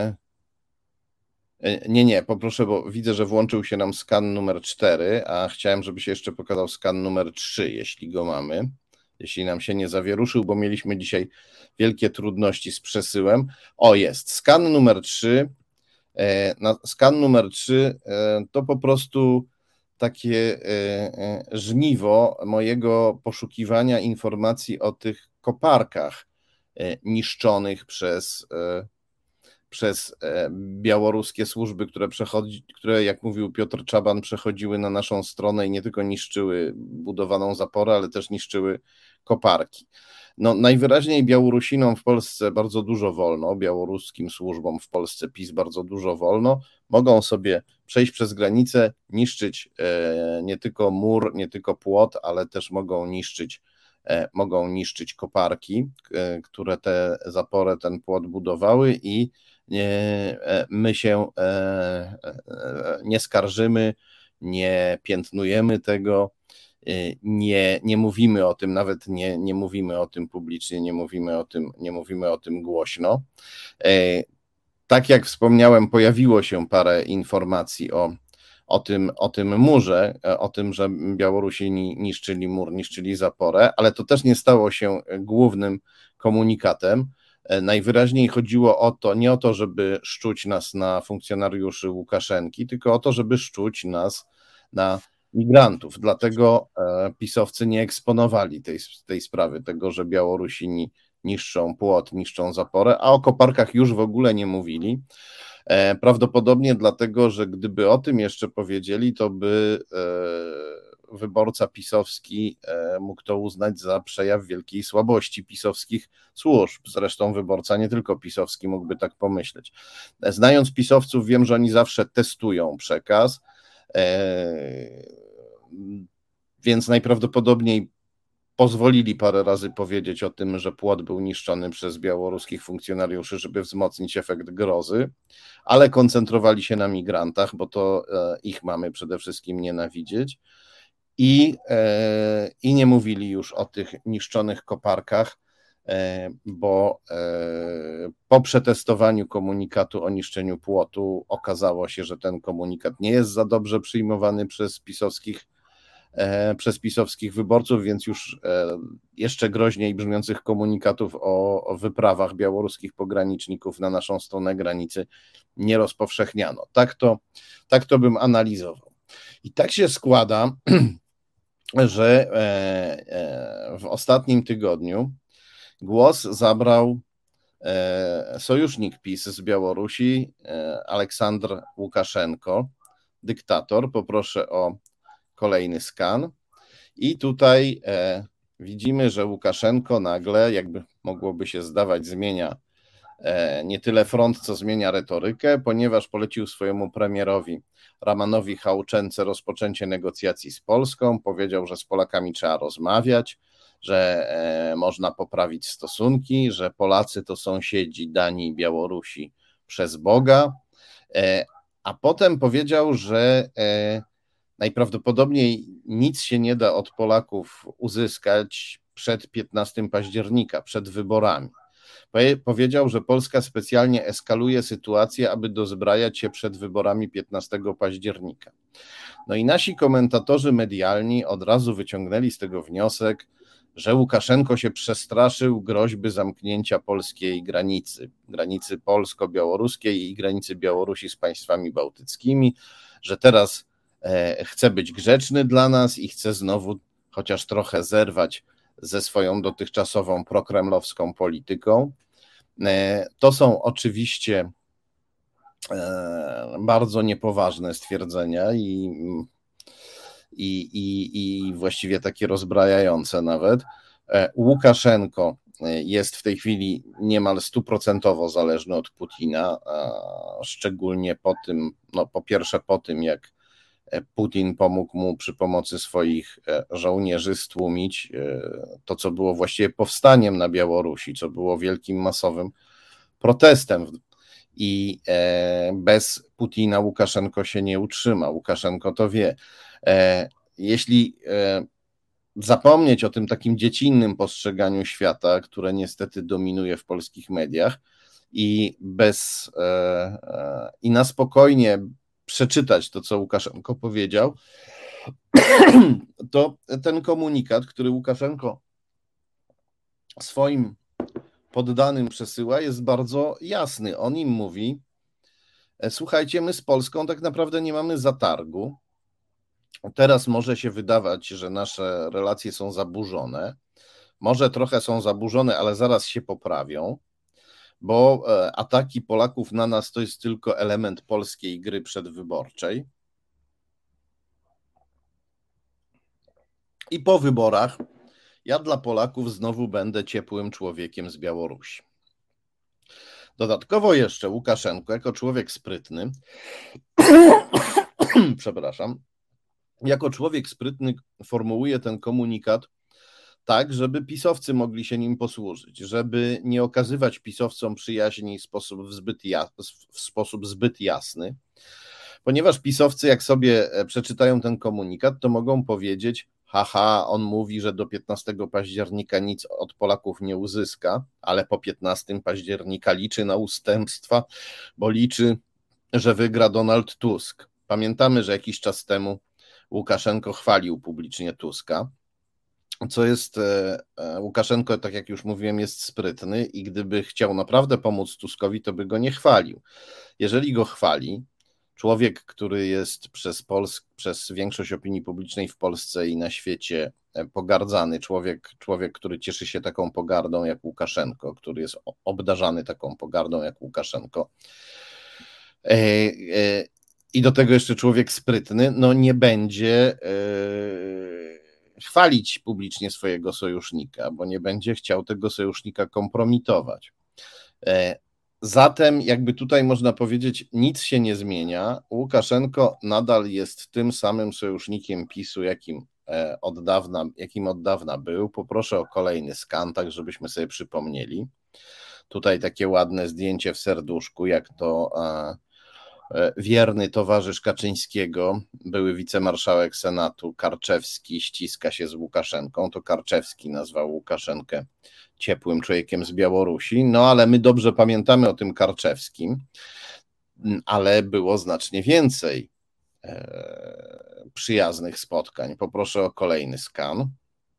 Speaker 1: poproszę, bo widzę, że włączył się nam skan numer 4, a chciałem, żeby się jeszcze pokazał skan numer 3, jeśli go mamy, jeśli nam się nie zawieruszył, bo mieliśmy dzisiaj wielkie trudności z przesyłem. O, jest, skan numer 3. Skan numer 3 to po prostu takie żniwo mojego poszukiwania informacji o tych koparkach niszczonych przez białoruskie służby, które, jak mówił Piotr Czaban, przechodziły na naszą stronę i nie tylko niszczyły budowaną zaporę, ale też niszczyły koparki. No, najwyraźniej Białorusinom w Polsce bardzo dużo wolno, białoruskim służbom w Polsce PiS bardzo dużo wolno, mogą sobie przejść przez granicę, niszczyć nie tylko mur, nie tylko płot, ale też mogą niszczyć koparki, które tę zaporę, ten płot budowały i my się nie skarżymy, nie piętnujemy tego, nie mówimy o tym, nawet nie mówimy o tym publicznie, nie mówimy o tym głośno. Tak jak wspomniałem, pojawiło się parę informacji o tym murze, o tym, że Białorusini niszczyli mur, niszczyli zaporę, ale to też nie stało się głównym komunikatem. Najwyraźniej chodziło o to, nie o to, żeby szczuć nas na funkcjonariuszy Łukaszenki, tylko o to, żeby szczuć nas na migrantów. Dlatego pisowcy nie eksponowali tej sprawy, tego, że Białorusini niszczą płot, niszczą zaporę, a o koparkach już w ogóle nie mówili. Prawdopodobnie dlatego, że gdyby o tym jeszcze powiedzieli, to by wyborca pisowski mógł to uznać za przejaw wielkiej słabości pisowskich służb. Zresztą wyborca nie tylko pisowski mógłby tak pomyśleć. Znając pisowców, wiem, że oni zawsze testują przekaz, więc najprawdopodobniej pozwolili parę razy powiedzieć o tym, że płot był niszczony przez białoruskich funkcjonariuszy, żeby wzmocnić efekt grozy, ale koncentrowali się na migrantach, bo to ich mamy przede wszystkim nienawidzieć. i nie mówili już o tych niszczonych koparkach, bo po przetestowaniu komunikatu o niszczeniu płotu okazało się, że ten komunikat nie jest za dobrze przyjmowany przez pisowskich wyborców, więc już jeszcze groźniej brzmiących komunikatów o wyprawach białoruskich pograniczników na naszą stronę granicy nie rozpowszechniano. Tak to bym analizował. I tak się składa, że w ostatnim tygodniu głos zabrał sojusznik PiS z Białorusi, Aleksandr Łukaszenko, dyktator. Poproszę o kolejny skan. I tutaj widzimy, że Łukaszenko nagle, jakby mogłoby się zdawać, zmienia nie tyle front, co zmienia retorykę, ponieważ polecił swojemu premierowi Ramanowi Chałczence rozpoczęcie negocjacji z Polską, powiedział, że z Polakami trzeba rozmawiać, że można poprawić stosunki, że Polacy to sąsiedzi Danii i Białorusi przez Boga, a potem powiedział, że najprawdopodobniej nic się nie da od Polaków uzyskać przed 15 października, przed wyborami. Powiedział, że Polska specjalnie eskaluje sytuację, aby dozbrajać się przed wyborami 15 października. No i nasi komentatorzy medialni od razu wyciągnęli z tego wniosek, że Łukaszenko się przestraszył groźby zamknięcia polskiej granicy polsko-białoruskiej i granicy Białorusi z państwami bałtyckimi, że teraz chce być grzeczny dla nas i chce znowu chociaż trochę zerwać ze swoją dotychczasową prokremlowską polityką. To są oczywiście bardzo niepoważne stwierdzenia i właściwie takie rozbrajające nawet. Łukaszenko jest w tej chwili niemal 100% zależny od Putina, szczególnie po pierwsze po tym, jak Putin pomógł mu przy pomocy swoich żołnierzy stłumić to, co było właściwie powstaniem na Białorusi, co było wielkim, masowym protestem. I bez Putina Łukaszenko się nie utrzyma. Łukaszenko to wie. Jeśli zapomnieć o tym takim dziecinnym postrzeganiu świata, które niestety dominuje w polskich mediach, i na spokojnie przeczytać to, co Łukaszenko powiedział, to ten komunikat, który Łukaszenko swoim poddanym przesyła, jest bardzo jasny. On im mówi: słuchajcie, my z Polską tak naprawdę nie mamy zatargu. Teraz może się wydawać, że nasze relacje są zaburzone. Może trochę są zaburzone, ale zaraz się poprawią, bo ataki Polaków na nas to jest tylko element polskiej gry przedwyborczej. I po wyborach ja dla Polaków znowu będę ciepłym człowiekiem z Białorusi. Dodatkowo jeszcze Łukaszenko, jako człowiek sprytny, jako człowiek sprytny formułuje ten komunikat tak, żeby pisowcy mogli się nim posłużyć, żeby nie okazywać pisowcom przyjaźni w sposób zbyt jasny, ponieważ pisowcy, jak sobie przeczytają ten komunikat, to mogą powiedzieć: haha, on mówi, że do 15 października nic od Polaków nie uzyska, ale po 15 października liczy na ustępstwa, bo liczy, że wygra Donald Tusk. Pamiętamy, że jakiś czas temu Łukaszenko chwalił publicznie Tuska, co jest, Łukaszenko, tak jak już mówiłem, jest sprytny i gdyby chciał naprawdę pomóc Tuskowi, to by go nie chwalił. Jeżeli go chwali, człowiek, który jest przez większość opinii publicznej w Polsce i na świecie pogardzany, człowiek, który cieszy się taką pogardą jak Łukaszenko, który jest obdarzany taką pogardą jak Łukaszenko, i do tego jeszcze człowiek sprytny, no nie będzie chwalić publicznie swojego sojusznika, bo nie będzie chciał tego sojusznika kompromitować. Zatem jakby tutaj można powiedzieć, nic się nie zmienia. Łukaszenko nadal jest tym samym sojusznikiem PiS-u, jakim od dawna był. Poproszę o kolejny skan, tak żebyśmy sobie przypomnieli. Tutaj takie ładne zdjęcie w serduszku, jak to wierny towarzysz Kaczyńskiego, były wicemarszałek Senatu Karczewski, ściska się z Łukaszenką. To Karczewski nazwał Łukaszenkę ciepłym człowiekiem z Białorusi. No ale my dobrze pamiętamy o tym Karczewskim, ale było znacznie więcej przyjaznych spotkań. Poproszę o kolejny skan.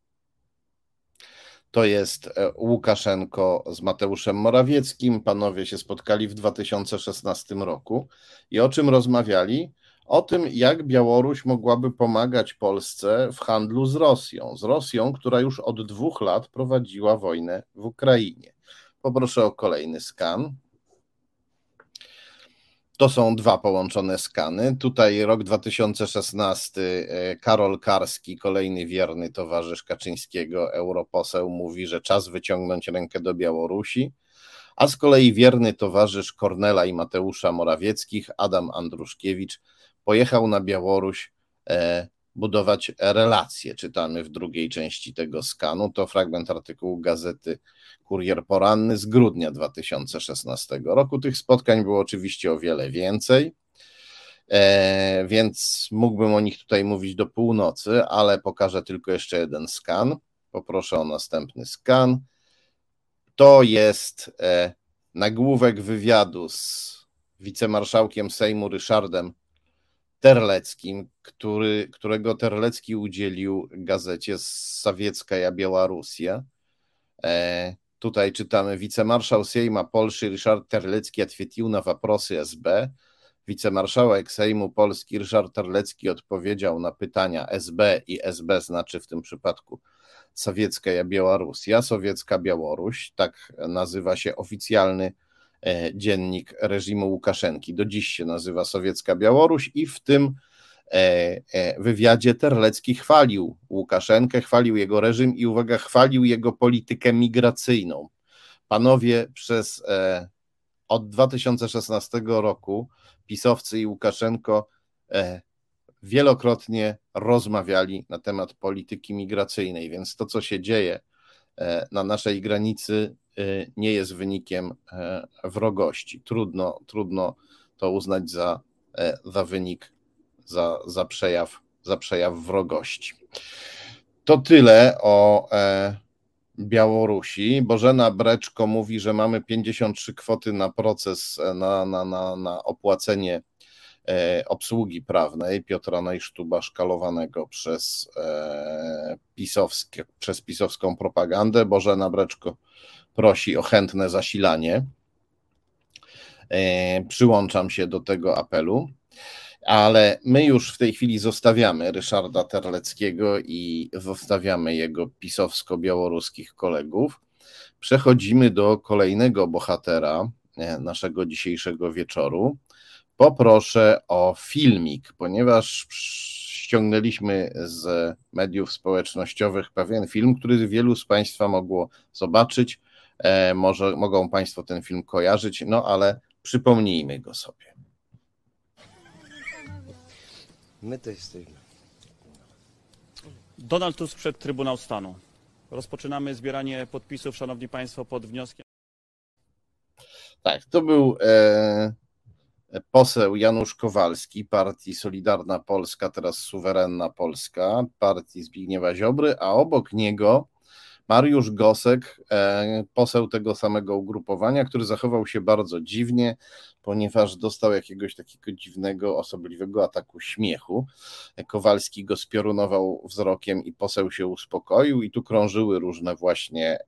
Speaker 1: To jest Łukaszenko z Mateuszem Morawieckim. Panowie się spotkali w 2016 roku i o czym rozmawiali? O tym, jak Białoruś mogłaby pomagać Polsce w handlu z Rosją, która już od 2 lat prowadziła wojnę w Ukrainie. Poproszę o kolejny skan. To są 2 połączone skany. Tutaj rok 2016, Karol Karski, kolejny wierny towarzysz Kaczyńskiego, europoseł, mówi, że czas wyciągnąć rękę do Białorusi, a z kolei wierny towarzysz Kornela i Mateusza Morawieckich, Adam Andruszkiewicz, pojechał na Białoruś budować relacje. Czytamy w drugiej części tego skanu. To fragment artykułu gazety Kurier Poranny z grudnia 2016 roku. Tych spotkań było oczywiście o wiele więcej, więc mógłbym o nich tutaj mówić do północy, ale pokażę tylko jeszcze jeden skan. Poproszę o następny skan. To jest nagłówek wywiadu z wicemarszałkiem Sejmu Ryszardem Terleckim, którego Terlecki udzielił gazecie Sowieckaja Białorusia. Tutaj czytamy: wicemarszał Sejma Polski Ryszard Terlecki odpowiedział na wопроsy SB. Wicemarszałek Sejmu Polski Ryszard Terlecki odpowiedział na pytania SB i SB znaczy w tym przypadku Sowieckaja Białorusia, Sowiecka Białoruś, tak nazywa się oficjalny dziennik reżimu Łukaszenki. Do dziś się nazywa Sowiecka Białoruś i w tym wywiadzie Terlecki chwalił Łukaszenkę, chwalił jego reżim i uwaga, chwalił jego politykę migracyjną. Panowie, od 2016 roku pisowcy i Łukaszenko wielokrotnie rozmawiali na temat polityki migracyjnej, więc to, co się dzieje na naszej granicy, nie jest wynikiem wrogości. Trudno to uznać za wynik, za przejaw wrogości. To tyle o Białorusi. Bożena Breczko mówi, że mamy 53 kwoty na proces, na opłacenie obsługi prawnej Piotra Neusztuba szkalowanego przez pisowską propagandę. Bożena Breczko prosi o chętne zasilanie. Przyłączam się do tego apelu, ale my już w tej chwili zostawiamy Ryszarda Terleckiego i zostawiamy jego pisowsko-białoruskich kolegów. Przechodzimy do kolejnego bohatera naszego dzisiejszego wieczoru. Poproszę o filmik, ponieważ ściągnęliśmy z mediów społecznościowych pewien film, który wielu z Państwa mogło zobaczyć. Mogą Państwo ten film kojarzyć, no ale przypomnijmy go sobie.
Speaker 5: My to jesteśmy.
Speaker 6: Donald Tusk przed Trybunał Stanu. Rozpoczynamy zbieranie podpisów, szanowni państwo, pod wnioskiem.
Speaker 1: Tak, to był poseł Janusz Kowalski, partii Solidarna Polska, teraz Suwerenna Polska, partii Zbigniewa Ziobry, a obok niego Mariusz Gosek, poseł tego samego ugrupowania, który zachował się bardzo dziwnie, ponieważ dostał jakiegoś takiego dziwnego, osobliwego ataku śmiechu. Kowalski go spiorunował wzrokiem i poseł się uspokoił i tu krążyły różne właśnie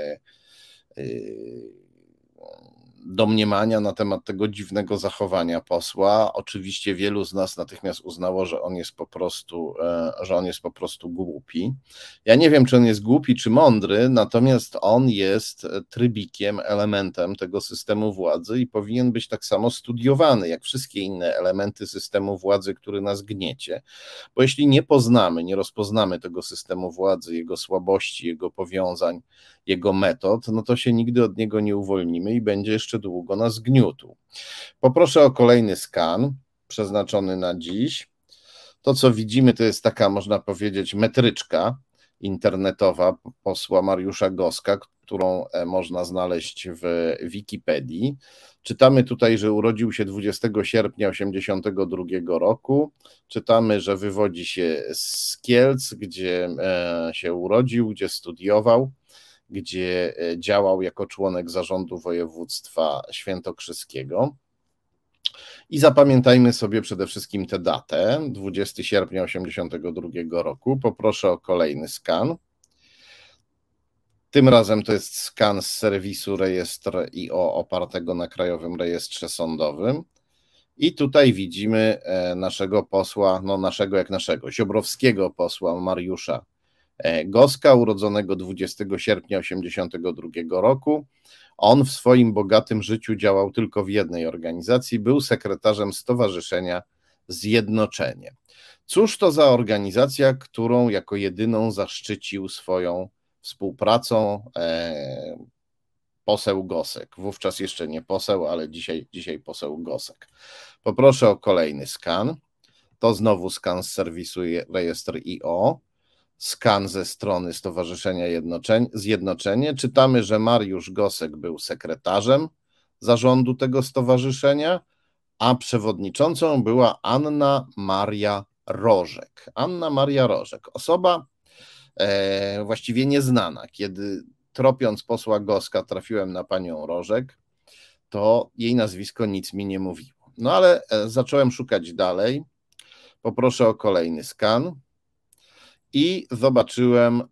Speaker 1: domniemania na temat tego dziwnego zachowania posła. Oczywiście wielu z nas natychmiast uznało, że on jest po prostu głupi. Ja nie wiem, czy on jest głupi, czy mądry, natomiast on jest trybikiem, elementem tego systemu władzy i powinien być tak samo studiowany, jak wszystkie inne elementy systemu władzy, który nas gniecie. Bo jeśli nie rozpoznamy tego systemu władzy, jego słabości, jego powiązań, jego metod, no to się nigdy od niego nie uwolnimy i będzie jeszcze długo nas gniótł. Poproszę o kolejny skan przeznaczony na dziś. To, co widzimy, to jest taka, można powiedzieć, metryczka internetowa posła Mariusza Goska, którą można znaleźć w Wikipedii. Czytamy tutaj, że urodził się 20 sierpnia 1982 roku. Czytamy, że wywodzi się z Kielc, gdzie się urodził, gdzie studiował, gdzie działał jako członek zarządu województwa świętokrzyskiego. I zapamiętajmy sobie przede wszystkim tę datę, 20 sierpnia 1982 roku. Poproszę o kolejny skan. Tym razem to jest skan z serwisu Rejestr IO opartego na Krajowym Rejestrze Sądowym. I tutaj widzimy naszego posła, ziobrowskiego posła Mariusza Goska, urodzonego 20 sierpnia 1982 roku. On w swoim bogatym życiu działał tylko w jednej organizacji, był sekretarzem Stowarzyszenia Zjednoczenie. Cóż to za organizacja, którą jako jedyną zaszczycił swoją współpracą poseł Gosek? Wówczas jeszcze nie poseł, ale dzisiaj poseł Gosek. Poproszę o kolejny skan. To znowu skan z serwisu Rejestr IO. Skan ze strony Stowarzyszenia Zjednoczenie. Czytamy, że Mariusz Gosek był sekretarzem zarządu tego stowarzyszenia, a przewodniczącą była Anna Maria Rożek. Anna Maria Rożek, osoba właściwie nieznana. Kiedy tropiąc posła Goska trafiłem na panią Rożek, to jej nazwisko nic mi nie mówiło. No ale zacząłem szukać dalej. Poproszę o kolejny skan. I zobaczyłem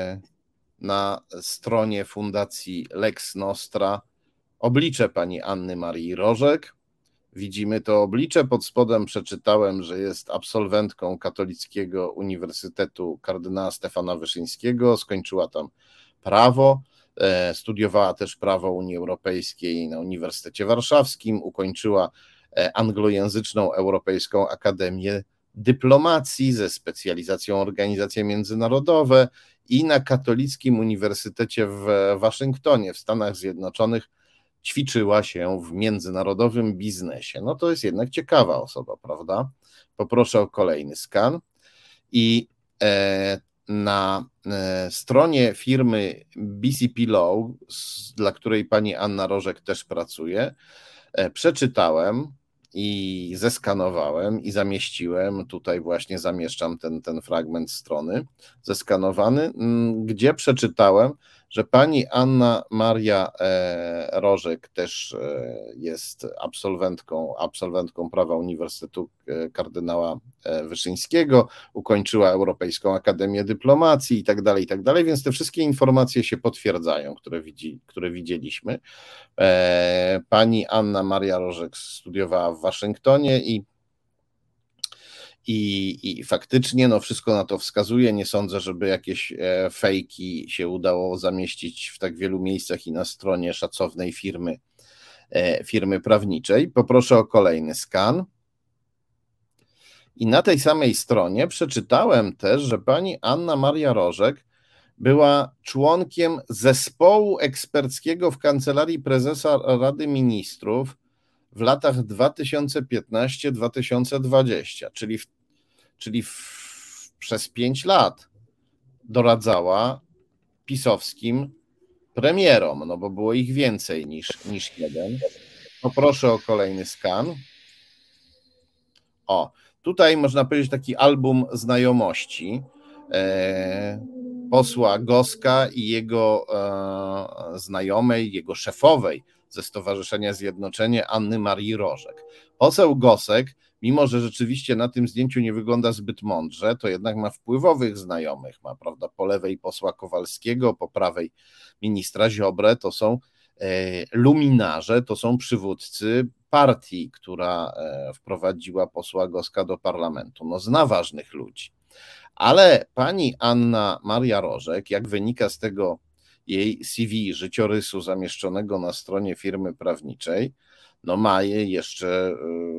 Speaker 1: na stronie Fundacji Lex Nostra oblicze pani Anny Marii Rożek. Widzimy to oblicze, pod spodem przeczytałem, że jest absolwentką Katolickiego Uniwersytetu Kardynała Stefana Wyszyńskiego, skończyła tam prawo, studiowała też prawo Unii Europejskiej na Uniwersytecie Warszawskim, ukończyła anglojęzyczną Europejską Akademię Dyplomacji ze specjalizacją organizacje międzynarodowe i na Katolickim Uniwersytecie w Waszyngtonie w Stanach Zjednoczonych ćwiczyła się w międzynarodowym biznesie. No to jest jednak ciekawa osoba, prawda? Poproszę o kolejny skan. I na stronie firmy BCP Law, dla której pani Anna Rożek też pracuje, przeczytałem i zeskanowałem i zamieściłem, tutaj właśnie zamieszczam ten fragment strony zeskanowany, gdzie przeczytałem, że pani Anna Maria Rożek też jest absolwentką prawa Uniwersytetu Kardynała Wyszyńskiego, ukończyła Europejską Akademię Dyplomacji i tak dalej, więc te wszystkie informacje się potwierdzają, które widzieliśmy. Pani Anna Maria Rożek studiowała w Waszyngtonie i faktycznie no wszystko na to wskazuje. Nie sądzę, żeby jakieś fejki się udało zamieścić w tak wielu miejscach i na stronie szacownej firmy prawniczej. Poproszę o kolejny skan. I na tej samej stronie przeczytałem też, że pani Anna Maria Rożek była członkiem zespołu eksperckiego w Kancelarii Prezesa Rady Ministrów w latach 2015-2020, czyli przez 5 lat doradzała pisowskim premierom, no bo było ich więcej niż jeden. Poproszę o kolejny skan. O, tutaj można powiedzieć taki album znajomości posła Goska i jego znajomej, jego szefowej ze Stowarzyszenia Zjednoczenie Anny Marii Rożek. Poseł Gosek, mimo że rzeczywiście na tym zdjęciu nie wygląda zbyt mądrze, to jednak ma wpływowych znajomych, ma, prawda, po lewej posła Kowalskiego, po prawej ministra Ziobrę, to są luminarze, to są przywódcy partii, która wprowadziła posła Goska do parlamentu. No zna ważnych ludzi. Ale pani Anna Maria Rożek, jak wynika z tego jej CV, życiorysu zamieszczonego na stronie firmy prawniczej, no ma jeszcze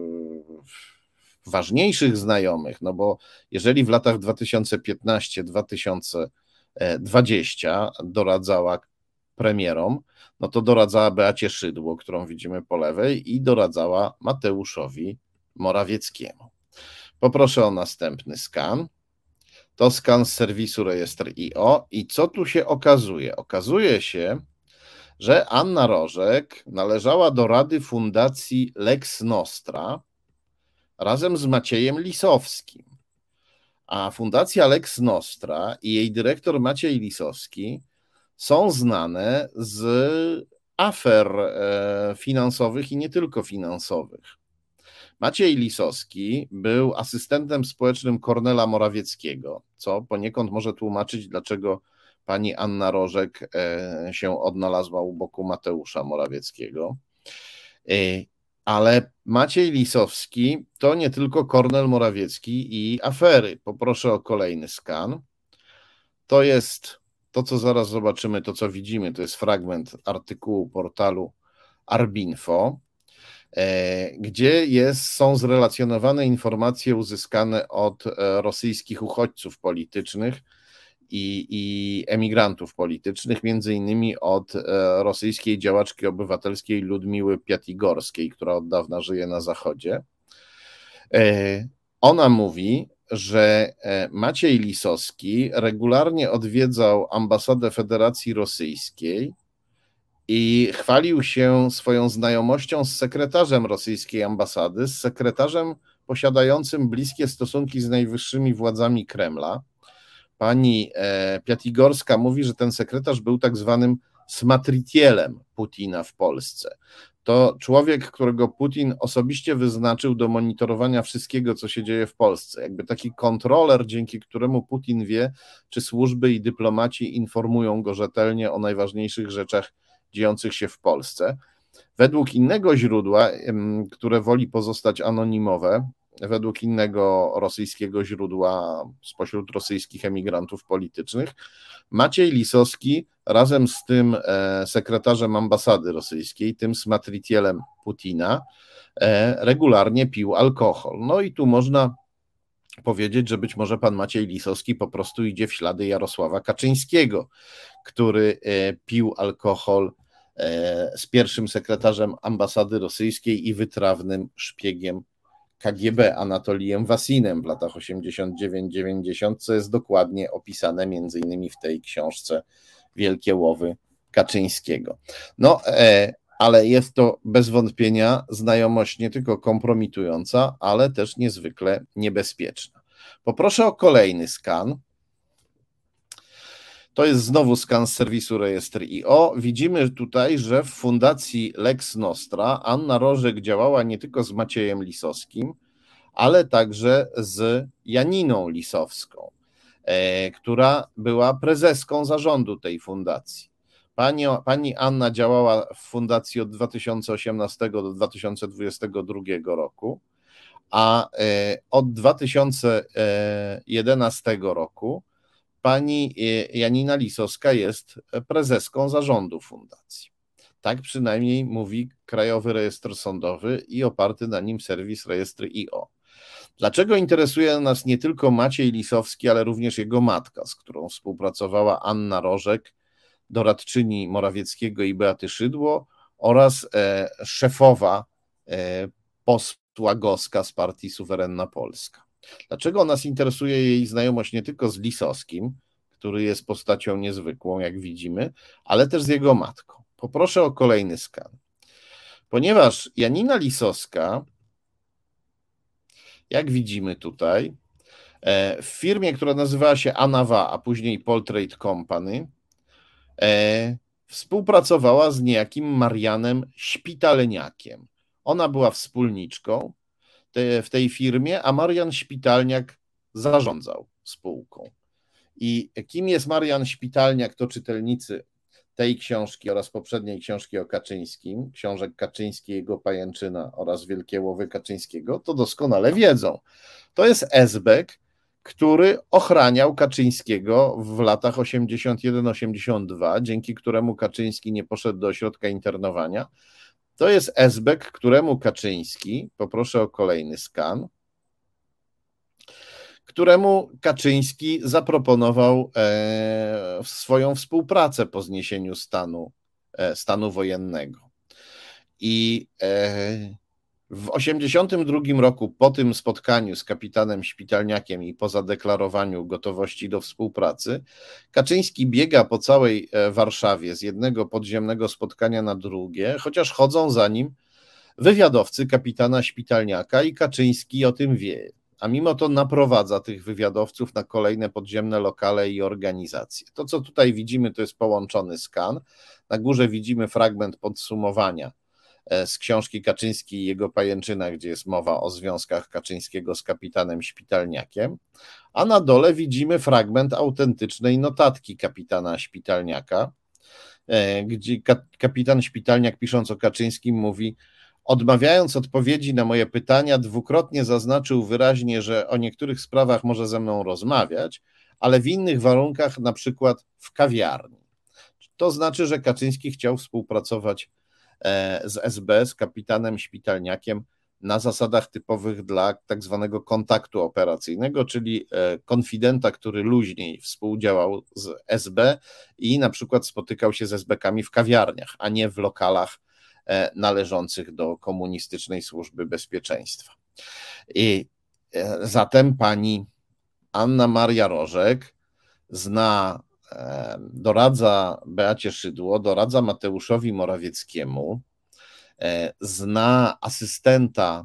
Speaker 1: ważniejszych znajomych, no bo jeżeli w latach 2015-2020 doradzała premierom, no to doradzała Beacie Szydło, którą widzimy po lewej, i doradzała Mateuszowi Morawieckiemu. Poproszę o następny skan. To skan z serwisu Rejestr.io. I co tu się okazuje? Okazuje się, że Anna Rożek należała do Rady Fundacji Lex Nostra razem z Maciejem Lisowskim. A Fundacja Lex Nostra i jej dyrektor Maciej Lisowski są znane z afer finansowych i nie tylko finansowych. Maciej Lisowski był asystentem społecznym Kornela Morawieckiego, co poniekąd może tłumaczyć, dlaczego pani Anna Rożek się odnalazła u boku Mateusza Morawieckiego. Ale Maciej Lisowski to nie tylko Kornel Morawiecki i afery. Poproszę o kolejny skan. To jest to, co zaraz zobaczymy, to co widzimy, to jest fragment artykułu portalu Arbinfo, gdzie są zrelacjonowane informacje uzyskane od rosyjskich uchodźców politycznych i emigrantów politycznych, między innymi od rosyjskiej działaczki obywatelskiej Ludmiły Piatigorskiej, która od dawna żyje na Zachodzie. Ona mówi, że Maciej Lisowski regularnie odwiedzał ambasadę Federacji Rosyjskiej i chwalił się swoją znajomością z sekretarzem rosyjskiej ambasady, z sekretarzem posiadającym bliskie stosunki z najwyższymi władzami Kremla. Pani Piatigorska mówi, że ten sekretarz był tak zwanym smatricielem Putina w Polsce. To człowiek, którego Putin osobiście wyznaczył do monitorowania wszystkiego, co się dzieje w Polsce. Jakby taki kontroler, dzięki któremu Putin wie, czy służby i dyplomaci informują go rzetelnie o najważniejszych rzeczach dziejących się w Polsce. Według innego źródła, które woli pozostać anonimowe, według innego rosyjskiego źródła spośród rosyjskich emigrantów politycznych, Maciej Lisowski razem z tym sekretarzem ambasady rosyjskiej, tym smatricielem Putina, regularnie pił alkohol. No i tu można powiedzieć, że być może pan Maciej Lisowski po prostu idzie w ślady Jarosława Kaczyńskiego, który pił alkohol z pierwszym sekretarzem ambasady rosyjskiej i wytrawnym szpiegiem KGB Anatolijem Wasinem w latach 89-90, co jest dokładnie opisane między innymi w tej książce Wielkie Łowy Kaczyńskiego. No, ale jest to bez wątpienia znajomość nie tylko kompromitująca, ale też niezwykle niebezpieczna. Poproszę o kolejny skan. To jest znowu skan z serwisu Rejestr.io. Widzimy tutaj, że w Fundacji Lex Nostra Anna Rożek działała nie tylko z Maciejem Lisowskim, ale także z Janiną Lisowską, która była prezeską zarządu tej fundacji. Pani Anna działała w fundacji od 2018 do 2022 roku, a od 2011 roku pani Janina Lisowska jest prezeską zarządu fundacji. Tak przynajmniej mówi Krajowy Rejestr Sądowy i oparty na nim serwis Rejestr.io. Dlaczego interesuje nas nie tylko Maciej Lisowski, ale również jego matka, z którą współpracowała Anna Rożek, doradczyni Morawieckiego i Beaty Szydło, oraz szefowa posła Goska z partii Suwerenna Polska. Dlaczego nas interesuje jej znajomość nie tylko z Lisowskim, który jest postacią niezwykłą, jak widzimy, ale też z jego matką? Poproszę o kolejny skan. Ponieważ Janina Lisowska, jak widzimy tutaj, w firmie, która nazywała się Anawa, a później Poltrade Company, współpracowała z niejakim Marianem Śpitaleniakiem. Ona była wspólniczką w tej firmie, a Marian Śpitalniak zarządzał spółką. I kim jest Marian Śpitalniak, to czytelnicy tej książki oraz poprzedniej książki o Kaczyńskim, książek Kaczyński, jego pajęczyna oraz Wielkie Łowy Kaczyńskiego, to doskonale wiedzą. To jest esbek, który ochraniał Kaczyńskiego w latach 81-82, dzięki któremu Kaczyński nie poszedł do ośrodka internowania. To jest esbek, któremu Kaczyński, poproszę o kolejny skan, któremu Kaczyński zaproponował swoją współpracę po zniesieniu stanu wojennego. I W 1982 roku, po tym spotkaniu z kapitanem Śpitalniakiem i po zadeklarowaniu gotowości do współpracy, Kaczyński biega po całej Warszawie z jednego podziemnego spotkania na drugie, chociaż chodzą za nim wywiadowcy kapitana Śpitalniaka i Kaczyński o tym wie. A mimo to naprowadza tych wywiadowców na kolejne podziemne lokale i organizacje. To, co tutaj widzimy, to jest połączony skan. Na górze widzimy fragment podsumowania z książki Kaczyński i jego pajęczyna, gdzie jest mowa o związkach Kaczyńskiego z kapitanem Śpitalniakiem, a na dole widzimy fragment autentycznej notatki kapitana Śpitalniaka, gdzie kapitan Śpitalniak, pisząc o Kaczyńskim, mówi: odmawiając odpowiedzi na moje pytania, dwukrotnie zaznaczył wyraźnie, że o niektórych sprawach może ze mną rozmawiać, ale w innych warunkach, na przykład w kawiarni. To znaczy, że Kaczyński chciał współpracować z SB, z kapitanem Śpitalniakiem na zasadach typowych dla tak zwanego kontaktu operacyjnego, czyli konfidenta, który luźniej współdziałał z SB i na przykład spotykał się z SB-kami w kawiarniach, a nie w lokalach należących do komunistycznej służby bezpieczeństwa. I zatem pani Anna Maria Rożek doradza Beacie Szydło, doradza Mateuszowi Morawieckiemu, zna asystenta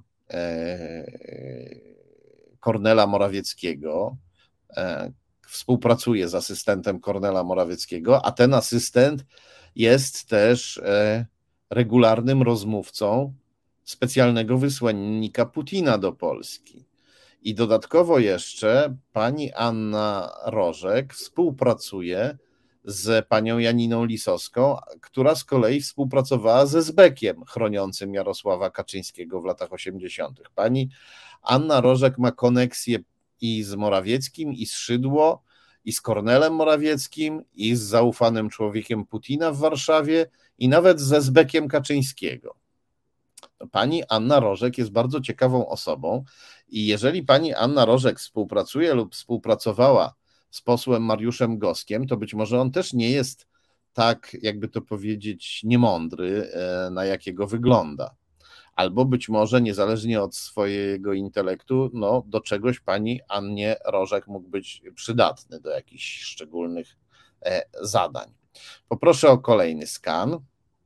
Speaker 1: Kornela Morawieckiego, współpracuje z asystentem Kornela Morawieckiego, a ten asystent jest też regularnym rozmówcą specjalnego wysłannika Putina do Polski. I dodatkowo jeszcze pani Anna Rożek współpracuje z panią Janiną Lisowską, która z kolei współpracowała ze SB-kiem chroniącym Jarosława Kaczyńskiego w latach 80. Pani Anna Rożek ma koneksję i z Morawieckim, i z Szydło, i z Kornelem Morawieckim, i z zaufanym człowiekiem Putina w Warszawie, i nawet ze SB-kiem Kaczyńskiego. Pani Anna Rożek jest bardzo ciekawą osobą i jeżeli pani Anna Rożek współpracuje lub współpracowała z posłem Mariuszem Goskiem, to być może on też nie jest tak, jakby to powiedzieć, niemądry, na jakiego wygląda. Albo być może niezależnie od swojego intelektu, do czegoś pani Annie Rożek mógł być przydatny, do jakichś szczególnych zadań. Poproszę o kolejny skan.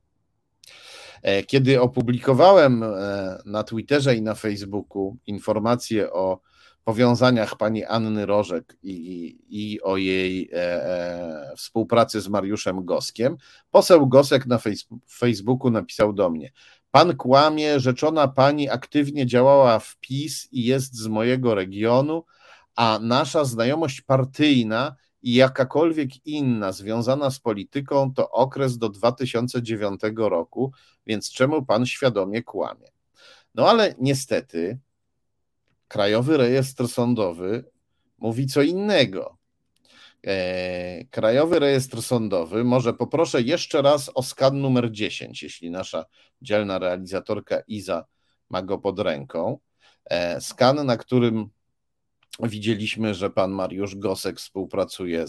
Speaker 1: Kiedy opublikowałem na Twitterze i na Facebooku informacje o powiązaniach pani Anny Rożek i o jej współpracy z Mariuszem Goskiem, poseł Gosek na Facebooku napisał do mnie: pan kłamie, rzeczona pani aktywnie działała w PiS i jest z mojego regionu, a nasza znajomość partyjna i jakakolwiek inna związana z polityką to okres do 2009 roku, więc czemu pan świadomie kłamie? No ale niestety Krajowy Rejestr Sądowy mówi co innego. Krajowy Rejestr Sądowy, może poproszę jeszcze raz o skan numer 10, jeśli nasza dzielna realizatorka Iza ma go pod ręką. Skan, na którym widzieliśmy, że pan Mariusz Gosek współpracuje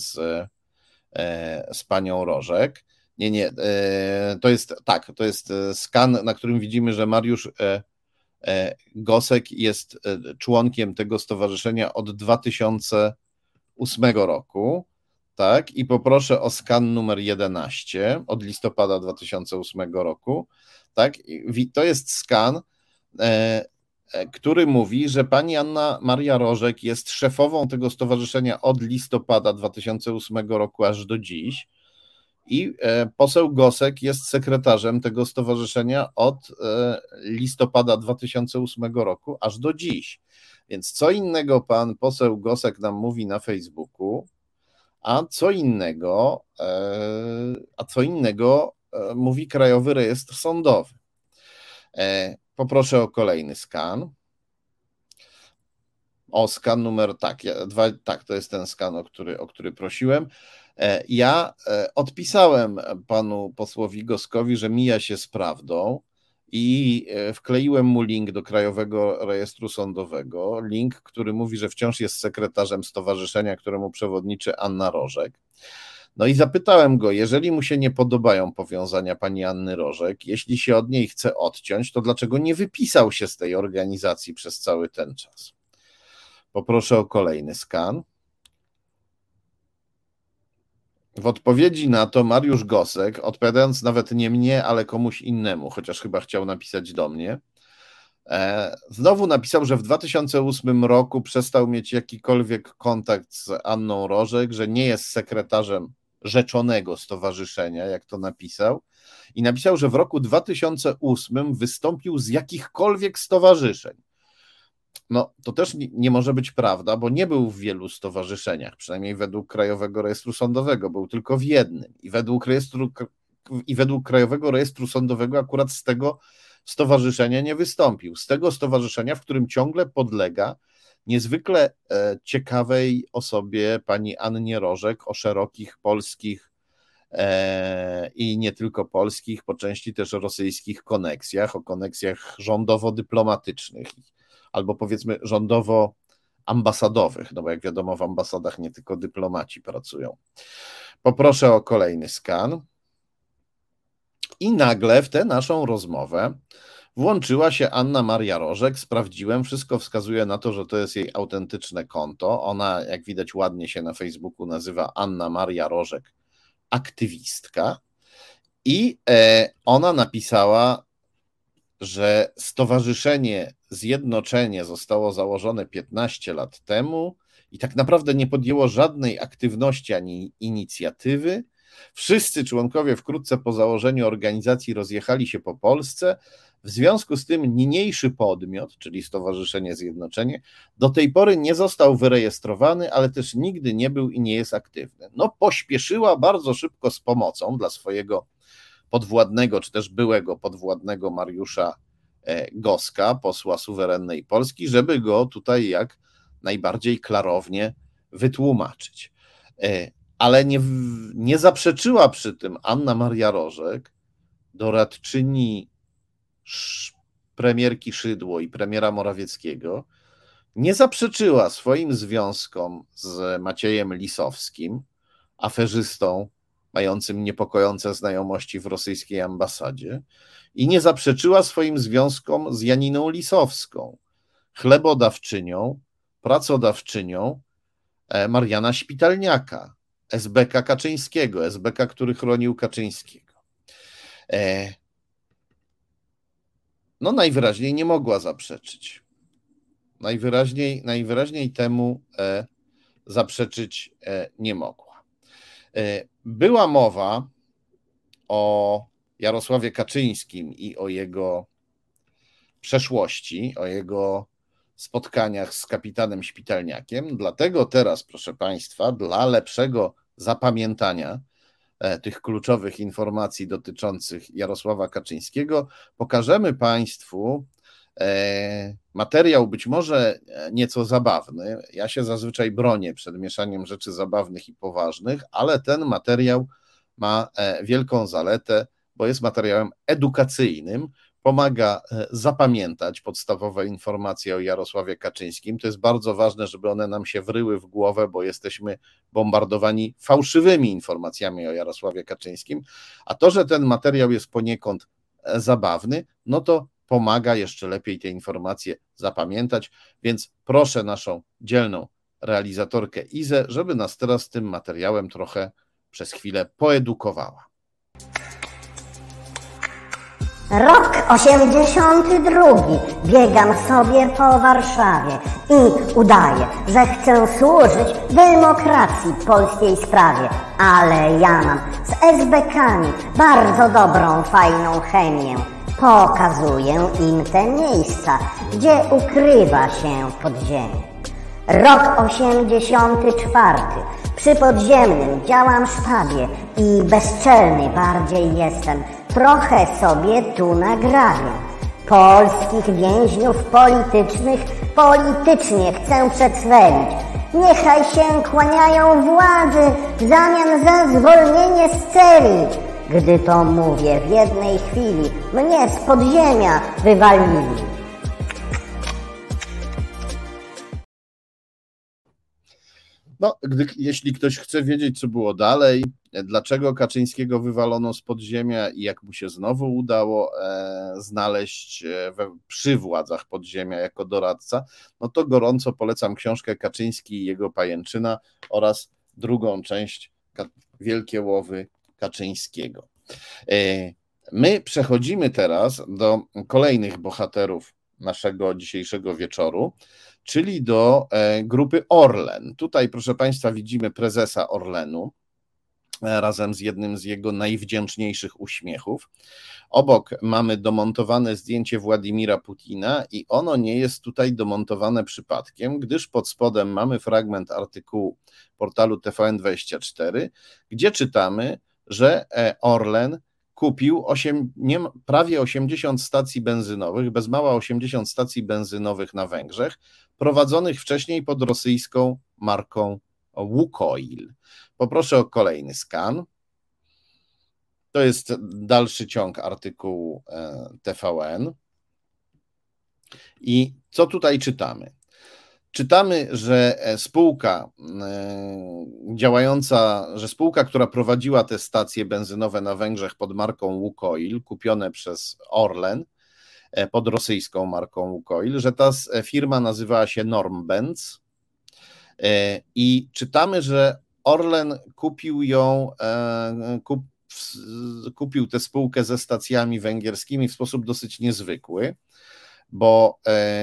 Speaker 1: z panią Rożek. Nie, to jest skan, na którym widzimy, że Mariusz Gosek jest członkiem tego stowarzyszenia od 2008 roku. Tak, i poproszę o skan numer 11 od listopada 2008 roku. Tak, to jest skan, który mówi, że pani Anna Maria Rożek jest szefową tego stowarzyszenia od listopada 2008 roku aż do dziś i poseł Gosek jest sekretarzem tego stowarzyszenia od listopada 2008 roku aż do dziś. Więc co innego pan poseł Gosek nam mówi na Facebooku, a co innego mówi Krajowy Rejestr Sądowy. Poproszę o kolejny skan. O skan numer, to jest ten skan, o który prosiłem. Ja odpisałem panu posłowi Goskowi, że mija się z prawdą i wkleiłem mu link do Krajowego Rejestru Sądowego, link, który mówi, że wciąż jest sekretarzem stowarzyszenia, któremu przewodniczy Anna Rożek. No i zapytałem go, jeżeli mu się nie podobają powiązania pani Anny Rożek, jeśli się od niej chce odciąć, to dlaczego nie wypisał się z tej organizacji przez cały ten czas? Poproszę o kolejny skan. W odpowiedzi na to Mariusz Gosek, odpowiadając nawet nie mnie, ale komuś innemu, chociaż chyba chciał napisać do mnie, znowu napisał, że w 2008 roku przestał mieć jakikolwiek kontakt z Anną Rożek, że nie jest sekretarzem rzeczonego stowarzyszenia, jak to napisał, i napisał, że w roku 2008 wystąpił z jakichkolwiek stowarzyszeń. No, to też nie może być prawda, bo nie był w wielu stowarzyszeniach, przynajmniej według Krajowego Rejestru Sądowego, był tylko w jednym. I według Krajowego Rejestru Sądowego akurat z tego stowarzyszenia nie wystąpił. Z tego stowarzyszenia, w którym ciągle podlega niezwykle ciekawej osobie pani Annie Rożek o szerokich polskich i nie tylko polskich, po części też rosyjskich koneksjach, o koneksjach rządowo-dyplomatycznych albo powiedzmy rządowo-ambasadowych, no bo jak wiadomo w ambasadach nie tylko dyplomaci pracują. Poproszę o kolejny skan. I nagle w tę naszą rozmowę włączyła się Anna Maria Rożek, sprawdziłem, wszystko wskazuje na to, że to jest jej autentyczne konto. Ona, jak widać, ładnie się na Facebooku nazywa Anna Maria Rożek, aktywistka. I ona napisała, że Stowarzyszenie Zjednoczenie zostało założone 15 lat temu i tak naprawdę nie podjęło żadnej aktywności ani inicjatywy. Wszyscy członkowie wkrótce po założeniu organizacji rozjechali się po Polsce. W związku z tym niniejszy podmiot, czyli Stowarzyszenie Zjednoczenie, do tej pory nie został wyrejestrowany, ale też nigdy nie był i nie jest aktywny. No, pośpieszyła bardzo szybko z pomocą dla swojego podwładnego, czy też byłego podwładnego Mariusza Goska, posła suwerennej Polski, żeby go tutaj jak najbardziej klarownie wytłumaczyć. Ale nie zaprzeczyła przy tym Anna Maria Rożek, doradczyni premierki Szydło i premiera Morawieckiego, nie zaprzeczyła swoim związkom z Maciejem Lisowskim, aferzystą mającym niepokojące znajomości w rosyjskiej ambasadzie, i nie zaprzeczyła swoim związkom z Janiną Lisowską, chlebodawczynią, pracodawczynią Mariana Śpitalniaka, SBK Kaczyńskiego, SBK, który chronił Kaczyńskiego. No najwyraźniej nie mogła zaprzeczyć. Najwyraźniej temu zaprzeczyć nie mogła. Była mowa o Jarosławie Kaczyńskim i o jego przeszłości, o jego spotkaniach z kapitanem Śpitalniakiem. Dlatego teraz, proszę Państwa, dla lepszego zapamiętania tych kluczowych informacji dotyczących Jarosława Kaczyńskiego pokażemy Państwu materiał być może nieco zabawny. Ja się zazwyczaj bronię przed mieszaniem rzeczy zabawnych i poważnych, ale ten materiał ma wielką zaletę, bo jest materiałem edukacyjnym, pomaga zapamiętać podstawowe informacje o Jarosławie Kaczyńskim. To jest bardzo ważne, żeby one nam się wryły w głowę, bo jesteśmy bombardowani fałszywymi informacjami o Jarosławie Kaczyńskim, a to, że ten materiał jest poniekąd zabawny, no to pomaga jeszcze lepiej te informacje zapamiętać, więc proszę naszą dzielną realizatorkę Izę, żeby nas teraz tym materiałem trochę przez chwilę poedukowała.
Speaker 7: Rok 82. Biegam sobie po Warszawie i udaję, że chcę służyć demokracji w polskiej sprawie. Ale ja mam z SBK-ami bardzo dobrą, fajną chemię. Pokazuję im te miejsca, gdzie ukrywa się podziemie. Rok 84. Przy podziemnym działam sztabie i bezczelny bardziej jestem. Trochę sobie tu nagrabiam. Polskich więźniów politycznych politycznie chcę przedstawić. Niechaj się kłaniają władzy w zamian za zwolnienie z celi. Gdy to mówię, w jednej chwili mnie z podziemia wywalili.
Speaker 1: No, jeśli ktoś chce wiedzieć, co było dalej, dlaczego Kaczyńskiego wywalono z podziemia i jak mu się znowu udało znaleźć przy władzach podziemia jako doradca, no to gorąco polecam książkę Kaczyński i jego pajęczyna oraz drugą część Wielkie Łowy Kaczyńskiego. My przechodzimy teraz do kolejnych bohaterów naszego dzisiejszego wieczoru, czyli do grupy Orlen. Tutaj, proszę Państwa, widzimy prezesa Orlenu razem z jednym z jego najwdzięczniejszych uśmiechów. Obok mamy domontowane zdjęcie Władimira Putina i ono nie jest tutaj domontowane przypadkiem, gdyż pod spodem mamy fragment artykułu portalu TVN24, gdzie czytamy, że Orlen kupił prawie 80 stacji benzynowych, bez mała 80 stacji benzynowych na Węgrzech, prowadzonych wcześniej pod rosyjską marką Łukoil. Poproszę o kolejny skan. To jest dalszy ciąg artykułu TVN. I co tutaj czytamy? Czytamy, że spółka, która prowadziła te stacje benzynowe na Węgrzech pod marką Łukoil, kupione przez Orlen, pod rosyjską marką Łukoil, że ta firma nazywała się Normbens i czytamy, że Orlen kupił tę spółkę ze stacjami węgierskimi w sposób dosyć niezwykły, bo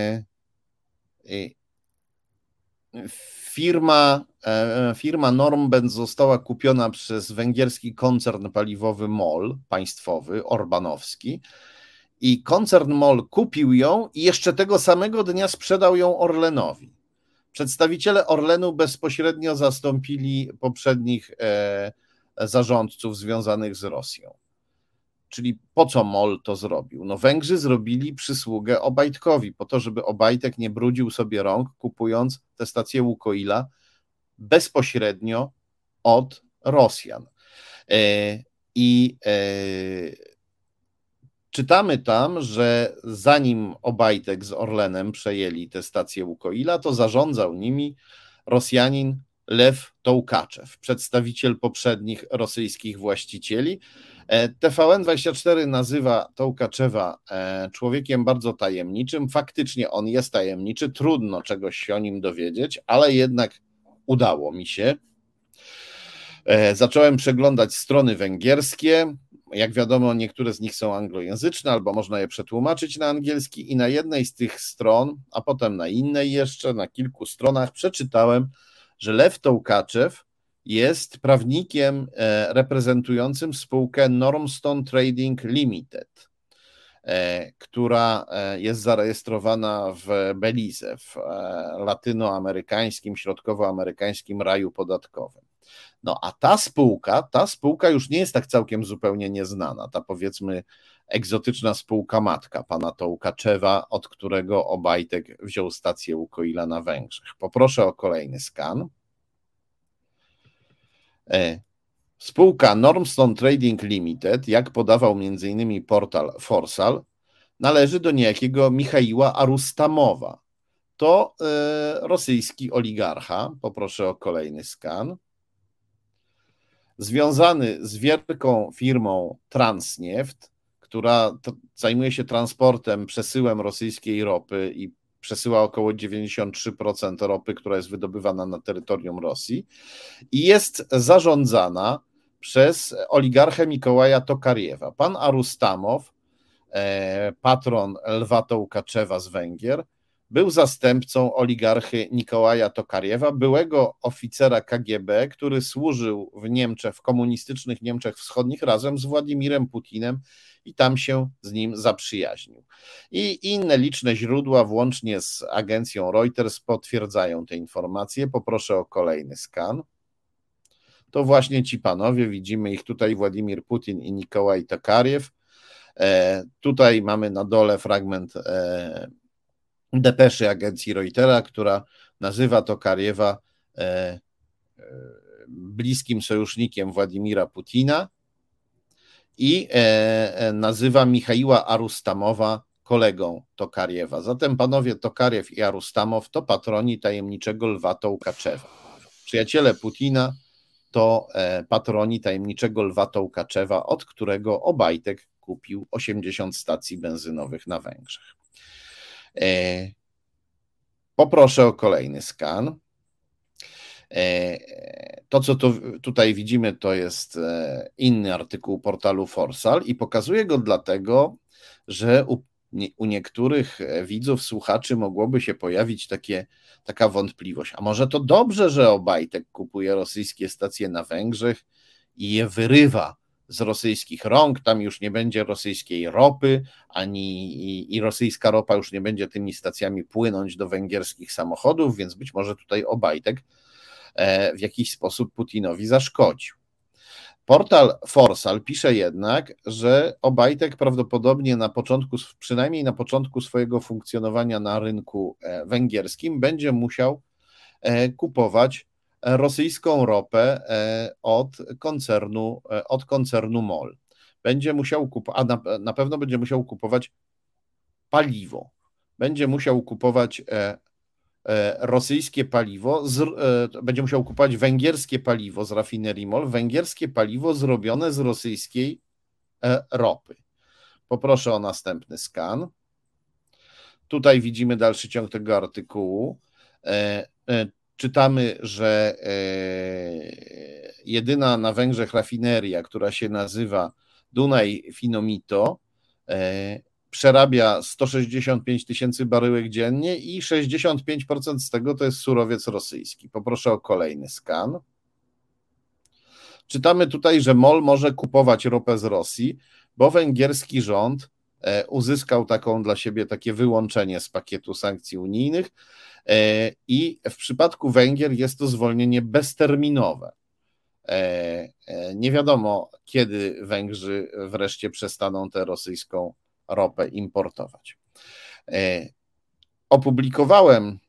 Speaker 1: firma Normbens została kupiona przez węgierski koncern paliwowy MOL, państwowy, orbanowski, i koncern MOL kupił ją i jeszcze tego samego dnia sprzedał ją Orlenowi. Przedstawiciele Orlenu bezpośrednio zastąpili poprzednich zarządców związanych z Rosją. Czyli po co MOL to zrobił? No Węgrzy zrobili przysługę Obajtkowi, po to, żeby Obajtek nie brudził sobie rąk, kupując tę stację Łukoila bezpośrednio od Rosjan. Czytamy tam, że zanim Obajtek z Orlenem przejęli tę stację Łukoila, to zarządzał nimi Rosjanin Lew Tołkaczew, przedstawiciel poprzednich rosyjskich właścicieli. TVN24 nazywa Tołkaczewa człowiekiem bardzo tajemniczym. Faktycznie on jest tajemniczy, trudno czegoś się o nim dowiedzieć, ale jednak udało mi się. Zacząłem przeglądać strony węgierskie. Jak wiadomo, niektóre z nich są anglojęzyczne, albo można je przetłumaczyć na angielski i na jednej z tych stron, a potem na innej jeszcze, na kilku stronach przeczytałem, że Lew Tołkaczew jest prawnikiem reprezentującym spółkę Normstone Trading Limited, która jest zarejestrowana w Belize, w latynoamerykańskim, środkowoamerykańskim raju podatkowym. No a ta spółka już nie jest tak całkiem zupełnie nieznana, ta powiedzmy egzotyczna spółka matka pana Tołkaczewa, od którego Obajtek wziął stację Łukoila na Węgrzech. Poproszę o kolejny skan. Spółka Normstone Trading Limited, jak podawał m.in. portal Forsal, należy do niejakiego Michaiła Arustamowa. To rosyjski oligarcha. Poproszę o kolejny skan. Związany z wielką firmą Transneft, która zajmuje się transportem, przesyłem rosyjskiej ropy i przesyła około 93% ropy, która jest wydobywana na terytorium Rosji i jest zarządzana przez oligarchę Mikołaja Tokariewa. Pan Arustamow, patron Lwa Tołkaczewa z Węgier, był zastępcą oligarchy Mikołaja Tokariewa, byłego oficera KGB, który służył w Niemczech, w komunistycznych Niemczech Wschodnich razem z Władimirem Putinem i tam się z nim zaprzyjaźnił. I inne liczne źródła, włącznie z agencją Reuters, potwierdzają te informacje. Poproszę o kolejny skan. To właśnie ci panowie, widzimy ich tutaj, Władimir Putin i Mikołaj Tokariew. Tutaj mamy na dole fragment depeszy agencji Reutera, która nazywa Tokariewa bliskim sojusznikiem Władimira Putina i nazywa Michaiła Arustamowa kolegą Tokariewa. Zatem panowie Tokariew i Arustamow to patroni tajemniczego Lwa Tołkaczewa. Przyjaciele Putina to patroni tajemniczego Lwa Tołkaczewa, od którego Obajtek kupił 80 stacji benzynowych na Węgrzech. Poproszę o kolejny skan. To, co tutaj widzimy, to jest inny artykuł portalu Forsal i pokazuję go dlatego, że u niektórych widzów, słuchaczy mogłoby się pojawić taka wątpliwość. A może to dobrze, że Obajtek kupuje rosyjskie stacje na Węgrzech i je wyrywa z rosyjskich rąk, tam już nie będzie rosyjskiej ropy, i rosyjska ropa już nie będzie tymi stacjami płynąć do węgierskich samochodów, więc być może tutaj Obajtek w jakiś sposób Putinowi zaszkodził. Portal Forsal pisze jednak, że Obajtek prawdopodobnie przynajmniej na początku swojego funkcjonowania na rynku węgierskim będzie musiał kupować rosyjską ropę od koncernu MOL. Będzie musiał na pewno będzie musiał kupować paliwo. Będzie musiał kupować rosyjskie paliwo, będzie musiał kupować węgierskie paliwo z rafinerii MOL, węgierskie paliwo zrobione z rosyjskiej ropy. Poproszę o następny skan. Tutaj widzimy dalszy ciąg tego artykułu. Czytamy, że jedyna na Węgrzech rafineria, która się nazywa Dunaj Finomito, przerabia 165 000 baryłek dziennie i 65% z tego to jest surowiec rosyjski. Poproszę o kolejny skan. Czytamy tutaj, że MOL może kupować ropę z Rosji, bo węgierski rząd uzyskał dla siebie takie wyłączenie z pakietu sankcji unijnych i w przypadku Węgier jest to zwolnienie bezterminowe. Nie wiadomo, kiedy Węgrzy wreszcie przestaną tę rosyjską ropę importować. Opublikowałem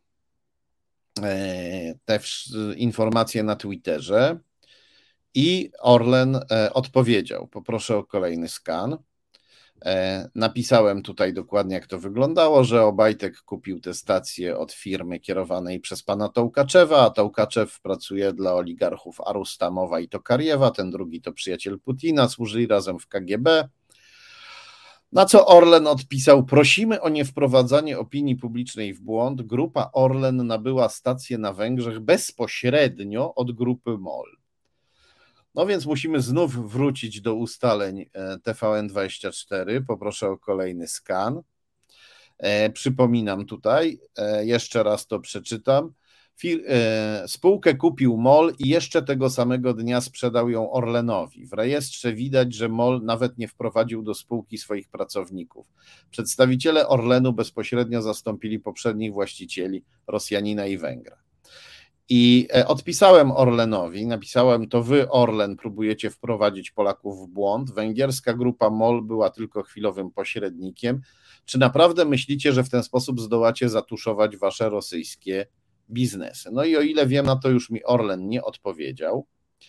Speaker 1: te informacje na Twitterze i Orlen odpowiedział. Poproszę o kolejny skan. Napisałem tutaj dokładnie, jak to wyglądało, że Obajtek kupił te stacje od firmy kierowanej przez pana Tołkaczewa, a Tołkaczew pracuje dla oligarchów Arustamowa i Tokariewa, ten drugi to przyjaciel Putina, służyli razem w KGB. Na co Orlen odpisał: prosimy o niewprowadzanie opinii publicznej w błąd. Grupa Orlen nabyła stację na Węgrzech bezpośrednio od grupy MOL. No więc musimy znów wrócić do ustaleń TVN24. Poproszę o kolejny skan. Przypominam tutaj, jeszcze raz to przeczytam. Spółkę kupił MOL i jeszcze tego samego dnia sprzedał ją Orlenowi. W rejestrze widać, że MOL nawet nie wprowadził do spółki swoich pracowników. Przedstawiciele Orlenu bezpośrednio zastąpili poprzednich właścicieli, Rosjanina i Węgra. I odpisałem Orlenowi, napisałem: to wy, Orlen, próbujecie wprowadzić Polaków w błąd. Węgierska grupa MOL była tylko chwilowym pośrednikiem. Czy naprawdę myślicie, że w ten sposób zdołacie zatuszować wasze rosyjskie biznesy? No i o ile wiem, na to już mi Orlen nie odpowiedział.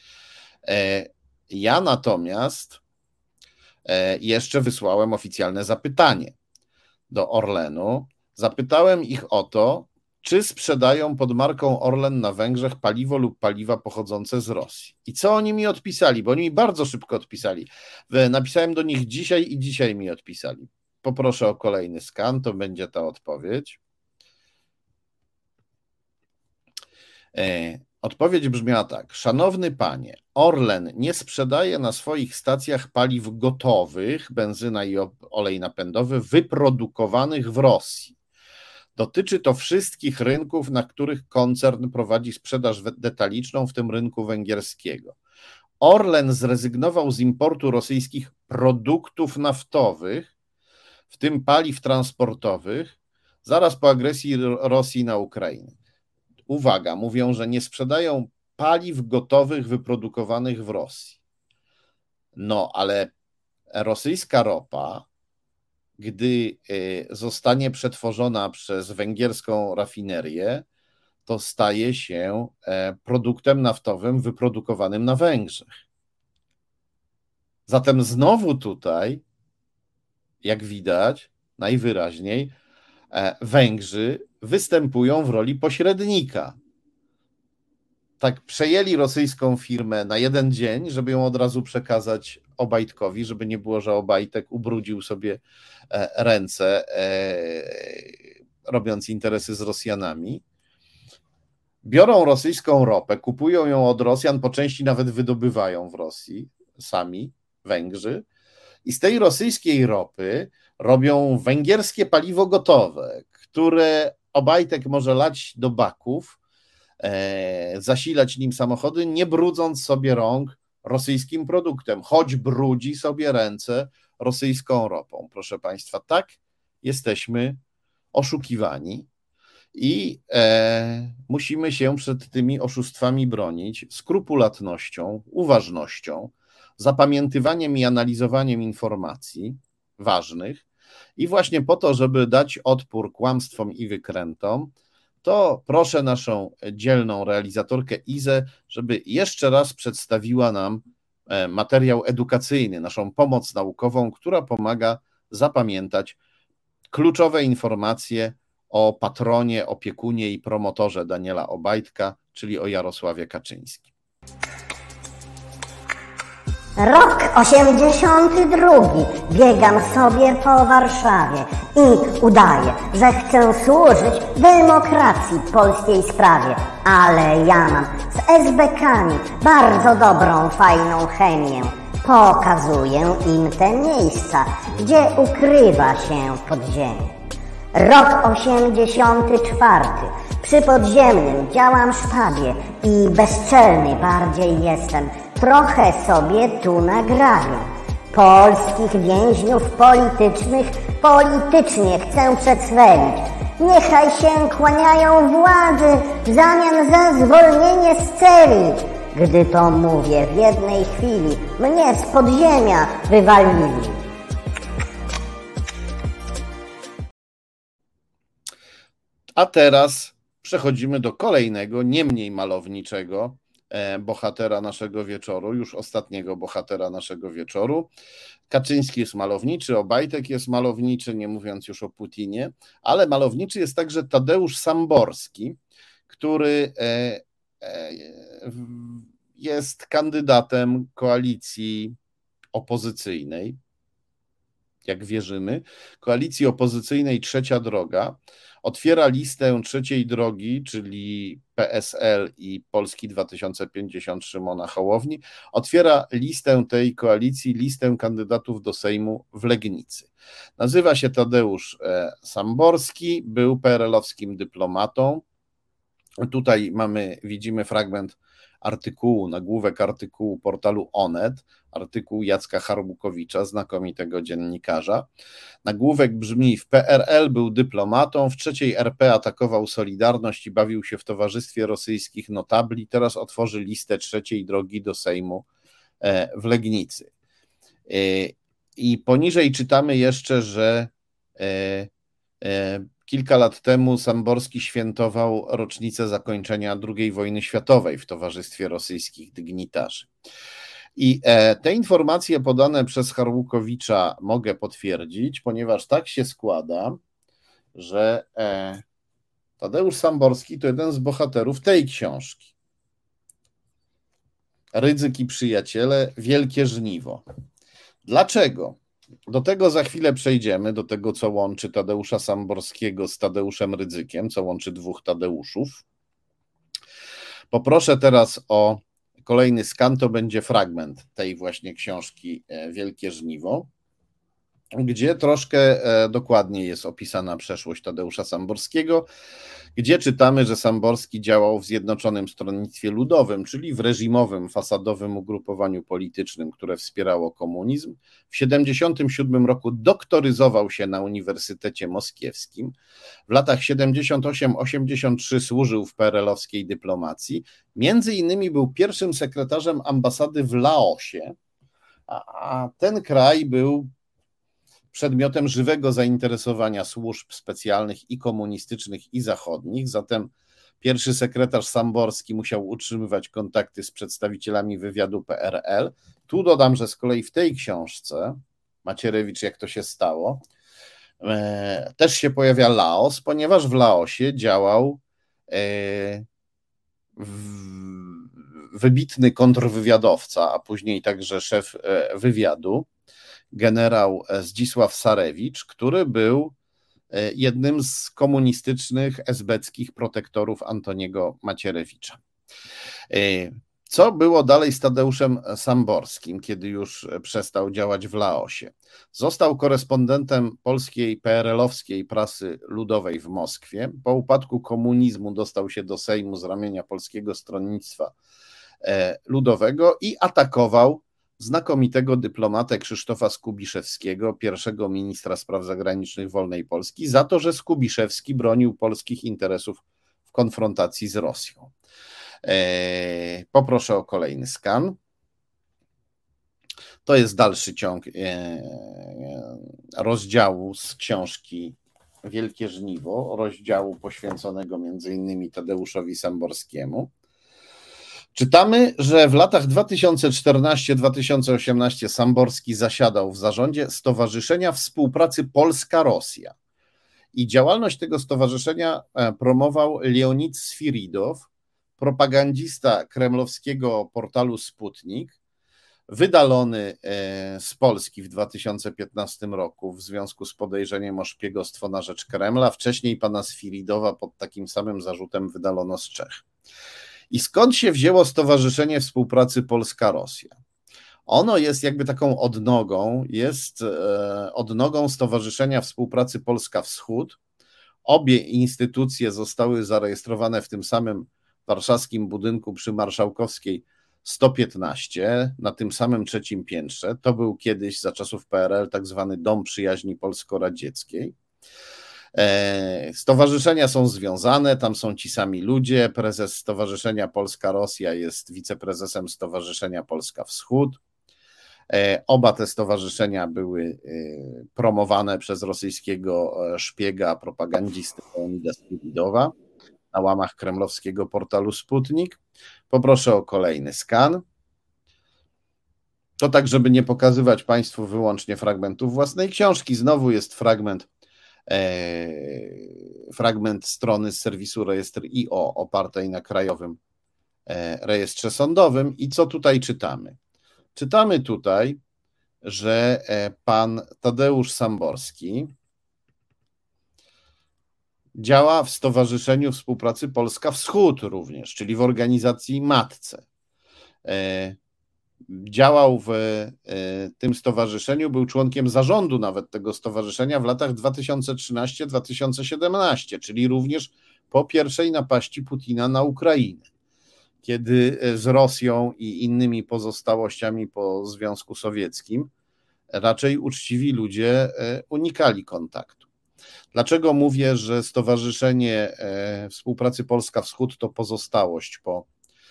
Speaker 1: Ja natomiast jeszcze wysłałem oficjalne zapytanie do Orlenu. Zapytałem ich o to, czy sprzedają pod marką Orlen na Węgrzech paliwo lub paliwa pochodzące z Rosji. I co oni mi odpisali? Bo oni mi bardzo szybko odpisali. Napisałem do nich dzisiaj i dzisiaj mi odpisali. Poproszę o kolejny skan, to będzie ta odpowiedź. Odpowiedź brzmiała tak: szanowny panie, Orlen nie sprzedaje na swoich stacjach paliw gotowych, benzyna i olej napędowy, wyprodukowanych w Rosji. Dotyczy to wszystkich rynków, na których koncern prowadzi sprzedaż detaliczną, w tym rynku węgierskiego. Orlen zrezygnował z importu rosyjskich produktów naftowych, w tym paliw transportowych, zaraz po agresji Rosji na Ukrainę. Uwaga, mówią, że nie sprzedają paliw gotowych wyprodukowanych w Rosji. No, ale rosyjska ropa, gdy zostanie przetworzona przez węgierską rafinerię, to staje się produktem naftowym wyprodukowanym na Węgrzech. Zatem znowu tutaj, jak widać, najwyraźniej Węgrzy występują w roli pośrednika. tak przejęli rosyjską firmę na jeden dzień, żeby ją od razu przekazać Obajtkowi, żeby nie było, że Obajtek ubrudził sobie ręce, robiąc interesy z Rosjanami. Biorą rosyjską ropę, kupują ją od Rosjan, po części nawet wydobywają w Rosji sami Węgrzy i z tej rosyjskiej ropy robią węgierskie paliwo gotowe, które Obajtek może lać do baków, zasilać nim samochody, nie brudząc sobie rąk rosyjskim produktem, choć brudzi sobie ręce rosyjską ropą. Proszę Państwa, tak jesteśmy oszukiwani i musimy się przed tymi oszustwami bronić skrupulatnością, uważnością, zapamiętywaniem i analizowaniem informacji ważnych i właśnie po to, żeby dać odpór kłamstwom i wykrętom, to proszę naszą dzielną realizatorkę Izę, żeby jeszcze raz przedstawiła nam materiał edukacyjny, naszą pomoc naukową, która pomaga zapamiętać kluczowe informacje o patronie, opiekunie i promotorze Daniela Obajtka, czyli o Jarosławie Kaczyńskim.
Speaker 7: Rok 82. Biegam sobie po Warszawie i udaję, że chcę służyć demokracji polskiej sprawie. Ale ja mam z SB-kami bardzo dobrą, fajną chemię. Pokazuję im te miejsca, gdzie ukrywa się podziemie. Rok 84. Przy podziemnym działam sztabie i bezczelny bardziej jestem. Trochę sobie tu nagrabię. Polskich więźniów politycznych politycznie chcę przedswelić. Niechaj się kłaniają władzy w zamian za zwolnienie z celi. Gdy to mówię, w jednej chwili mnie z podziemia wywalili.
Speaker 1: A teraz przechodzimy do kolejnego, nie mniej malowniczego bohatera naszego wieczoru, już ostatniego bohatera naszego wieczoru. Kaczyński jest malowniczy, Obajtek jest malowniczy, nie mówiąc już o Putinie, ale malowniczy jest także Tadeusz Samborski, który jest kandydatem koalicji opozycyjnej, jak wierzymy, koalicji opozycyjnej Trzecia Droga. Otwiera listę trzeciej drogi, czyli PSL i Polski 2050 Szymona Hołowni. Otwiera listę tej koalicji, listę kandydatów do Sejmu w Legnicy. Nazywa się Tadeusz Samborski, był PRL-owskim dyplomatą. Tutaj widzimy fragment artykułu, nagłówek artykułu portalu Onet, artykuł Jacka Harbukowicza, znakomitego dziennikarza. Nagłówek brzmi: w PRL był dyplomatą, w III RP atakował Solidarność i bawił się w towarzystwie rosyjskich notabli, teraz otworzy listę trzeciej drogi do Sejmu w Legnicy. I poniżej czytamy jeszcze, że kilka lat temu Samborski świętował rocznicę zakończenia II wojny światowej w towarzystwie rosyjskich dygnitarzy. I te informacje podane przez Harbukowicza mogę potwierdzić, ponieważ tak się składa, że Tadeusz Samborski to jeden z bohaterów tej książki. Rydzyk i przyjaciele, wielkie żniwo. Dlaczego? Do tego za chwilę przejdziemy, do tego, co łączy Tadeusza Samborskiego z Tadeuszem Rydzykiem, co łączy dwóch Tadeuszów. Poproszę teraz o kolejny skan, to będzie fragment tej właśnie książki Wielkie żniwo, gdzie troszkę dokładniej jest opisana przeszłość Tadeusza Samborskiego, gdzie czytamy, że Samborski działał w Zjednoczonym Stronnictwie Ludowym, czyli w reżimowym, fasadowym ugrupowaniu politycznym, które wspierało komunizm. W 1977 roku doktoryzował się na Uniwersytecie Moskiewskim. W latach 78-83 służył w PRL-owskiej dyplomacji. Między innymi był pierwszym sekretarzem ambasady w Laosie, a ten kraj był przedmiotem żywego zainteresowania służb specjalnych i komunistycznych, i zachodnich. Zatem pierwszy sekretarz Samborski musiał utrzymywać kontakty z przedstawicielami wywiadu PRL. Tu dodam, że z kolei w tej książce, Macierewicz, jak to się stało, też się pojawia Laos, ponieważ w Laosie działał wybitny kontrwywiadowca, a później także szef wywiadu, generał Zdzisław Sarewicz, który był jednym z komunistycznych esbeckich protektorów Antoniego Macierewicza. Co było dalej z Tadeuszem Samborskim, kiedy już przestał działać w Laosie? Został korespondentem polskiej PRL-owskiej prasy ludowej w Moskwie. Po upadku komunizmu dostał się do Sejmu z ramienia Polskiego Stronnictwa Ludowego i atakował znakomitego dyplomatę Krzysztofa Skubiszewskiego, pierwszego ministra spraw zagranicznych wolnej Polski, za to, że Skubiszewski bronił polskich interesów w konfrontacji z Rosją. Poproszę o kolejny skan. To jest dalszy ciąg rozdziału z książki Wielkie Żniwo, rozdziału poświęconego m.in. Tadeuszowi Samborskiemu. Czytamy, że w latach 2014-2018 Samborski zasiadał w zarządzie Stowarzyszenia Współpracy Polska-Rosja i działalność tego stowarzyszenia promował Leonid Sfiridow, propagandista kremlowskiego portalu Sputnik, wydalony z Polski w 2015 roku w związku z podejrzeniem o szpiegostwo na rzecz Kremla. Wcześniej pana Sfiridowa pod takim samym zarzutem wydalono z Czech. I skąd się wzięło Stowarzyszenie Współpracy Polska-Rosja? Ono jest jakby taką odnogą, jest odnogą Stowarzyszenia Współpracy Polska-Wschód. Obie instytucje zostały zarejestrowane w tym samym warszawskim budynku przy Marszałkowskiej 115, na tym samym trzecim piętrze. To był kiedyś za czasów PRL tak zwany Dom Przyjaźni Polsko-Radzieckiej. Stowarzyszenia są związane, tam są ci sami ludzie. Prezes Stowarzyszenia Polska-Rosja jest wiceprezesem Stowarzyszenia Polska-Wschód. Oba te stowarzyszenia były promowane przez rosyjskiego szpiega, propagandzisty Leonida Sfiridowa na łamach kremlowskiego portalu Sputnik. Poproszę o kolejny skan. To tak, żeby nie pokazywać Państwu wyłącznie fragmentów własnej książki. Znowu jest fragment strony z serwisu Rejestr.io opartej na Krajowym Rejestrze Sądowym. I co tutaj czytamy? Czytamy tutaj, że pan Tadeusz Samborski działa w Stowarzyszeniu Współpracy Polska-Wschód również, czyli w organizacji matce. Działał w tym stowarzyszeniu, był członkiem zarządu nawet tego stowarzyszenia w latach 2013-2017, czyli również po pierwszej napaści Putina na Ukrainę, kiedy z Rosją i innymi pozostałościami po Związku Sowieckim raczej uczciwi ludzie unikali kontaktu. Dlaczego mówię, że Stowarzyszenie Współpracy Polska-Wschód to pozostałość po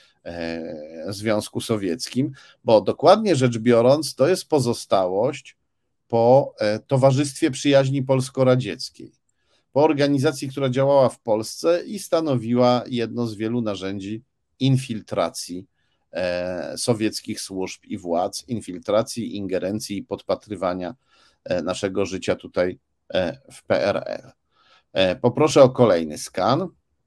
Speaker 1: Związku Sowieckim? Bo dokładnie rzecz biorąc, to jest pozostałość po Towarzystwie Przyjaźni Polsko-Radzieckiej, po organizacji, która działała w Polsce i stanowiła jedno z wielu narzędzi infiltracji sowieckich służb i władz, infiltracji, ingerencji i podpatrywania naszego życia tutaj w PRL. Poproszę o kolejny skan.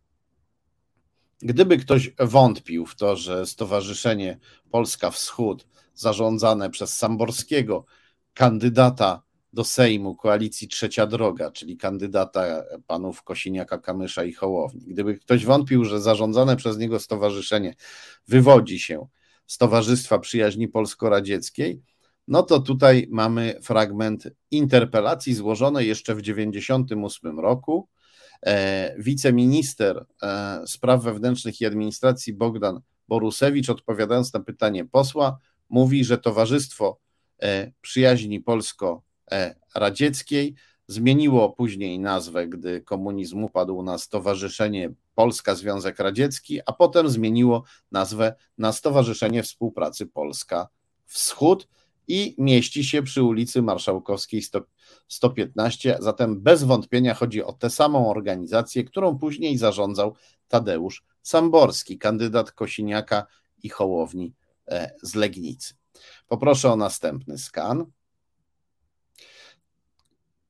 Speaker 1: Gdyby ktoś wątpił w to, że Stowarzyszenie Polska-Wschód zarządzane przez Samborskiego, kandydata do Sejmu koalicji Trzecia Droga, czyli kandydata panów Kosiniaka-Kamysza i Hołowni, gdyby ktoś wątpił, że zarządzane przez niego stowarzyszenie wywodzi się z Towarzystwa Przyjaźni Polsko-Radzieckiej, no to tutaj mamy fragment interpelacji złożonej jeszcze w 1998 roku. Wiceminister spraw wewnętrznych i administracji Bogdan Borusewicz, odpowiadając na pytanie posła, mówi, że Towarzystwo Przyjaźni Polsko-Radzieckiej zmieniło później nazwę, gdy komunizm upadł, na Stowarzyszenie Polska Związek Radziecki, a potem zmieniło nazwę na Stowarzyszenie Współpracy Polska-Wschód i mieści się przy ulicy Marszałkowskiej 115, zatem bez wątpienia chodzi o tę samą organizację, którą później zarządzał Tadeusz Samborski, kandydat Kosiniaka i Hołowni z Legnicy. Poproszę o następny skan.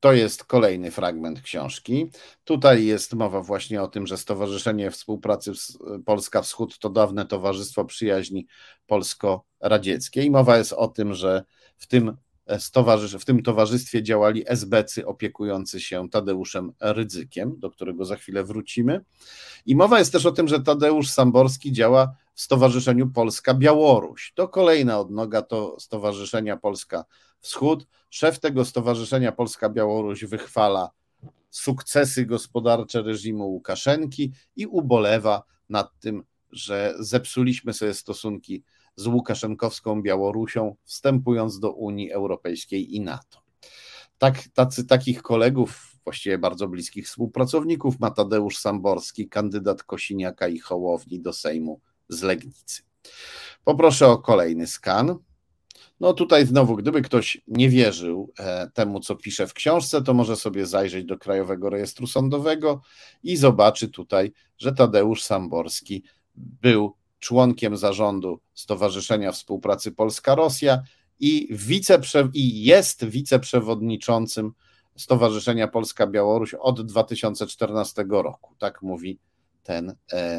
Speaker 1: To jest kolejny fragment książki. Tutaj jest mowa właśnie o tym, że Stowarzyszenie Współpracy Polska Wschód to dawne Towarzystwo Przyjaźni Polsko-Radzieckiej. Mowa jest o tym, że w tym towarzystwie działali esbecy opiekujący się Tadeuszem Rydzykiem, do którego za chwilę wrócimy. I mowa jest też o tym, że Tadeusz Samborski działa w Stowarzyszeniu Polska-Białoruś. To kolejna odnoga to Stowarzyszenia Polska Wschód. Szef tego Stowarzyszenia Polska-Białoruś wychwala sukcesy gospodarcze reżimu Łukaszenki i ubolewa nad tym, że zepsuliśmy sobie stosunki z łukaszenkowską Białorusią, wstępując do Unii Europejskiej i NATO. Takich kolegów, właściwie bardzo bliskich współpracowników, ma Tadeusz Samborski, kandydat Kosiniaka i Hołowni do Sejmu z Legnicy. Poproszę o kolejny skan. No tutaj znowu, gdyby ktoś nie wierzył temu, co pisze w książce, to może sobie zajrzeć do Krajowego Rejestru Sądowego i zobaczy tutaj, że Tadeusz Samborski był członkiem zarządu Stowarzyszenia Współpracy Polska-Rosja i jest wiceprzewodniczącym Stowarzyszenia Polska-Białoruś od 2014 roku. Tak mówi ten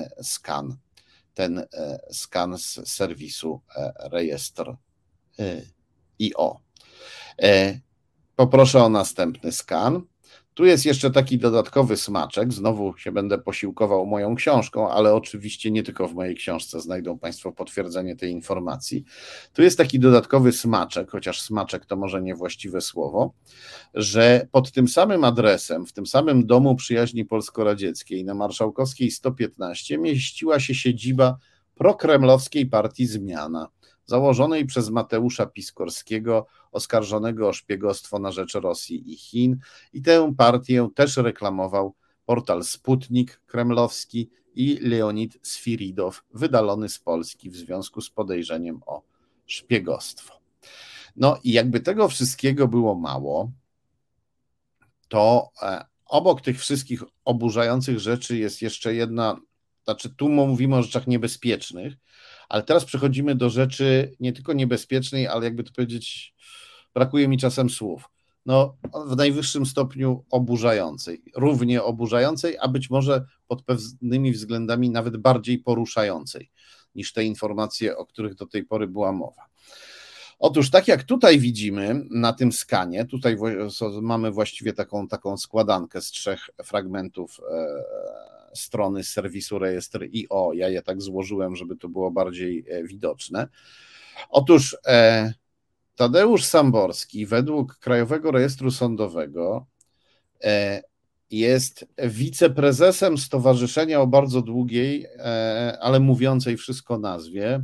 Speaker 1: skan z serwisu Rejestr IO. Poproszę o następny skan. Tu jest jeszcze taki dodatkowy smaczek, znowu się będę posiłkował moją książką, ale oczywiście nie tylko w mojej książce znajdą Państwo potwierdzenie tej informacji. Tu jest taki dodatkowy smaczek, chociaż smaczek to może niewłaściwe słowo, że pod tym samym adresem, w tym samym Domu Przyjaźni Polsko-Radzieckiej na Marszałkowskiej 115 mieściła się siedziba prokremlowskiej partii Zmiana, założonej przez Mateusza Piskorskiego, oskarżonego o szpiegostwo na rzecz Rosji i Chin. I tę partię też reklamował portal Sputnik kremlowski i Leonid Sfiridow, wydalony z Polski w związku z podejrzeniem o szpiegostwo. No i jakby tego wszystkiego było mało, to obok tych wszystkich oburzających rzeczy jest jeszcze jedna, znaczy tu mówimy o rzeczach niebezpiecznych, ale teraz przechodzimy do rzeczy nie tylko niebezpiecznej, ale jakby to powiedzieć, brakuje mi czasem słów. No, w najwyższym stopniu oburzającej, równie oburzającej, a być może pod pewnymi względami nawet bardziej poruszającej niż te informacje, o których do tej pory była mowa. Otóż tak jak tutaj widzimy na tym skanie, tutaj mamy właściwie taką składankę z 3 fragmentów strony z serwisu Rejestr IO. Ja je tak złożyłem, żeby to było bardziej widoczne. Otóż Tadeusz Samborski według Krajowego Rejestru Sądowego jest wiceprezesem stowarzyszenia o bardzo długiej, ale mówiącej wszystko nazwie.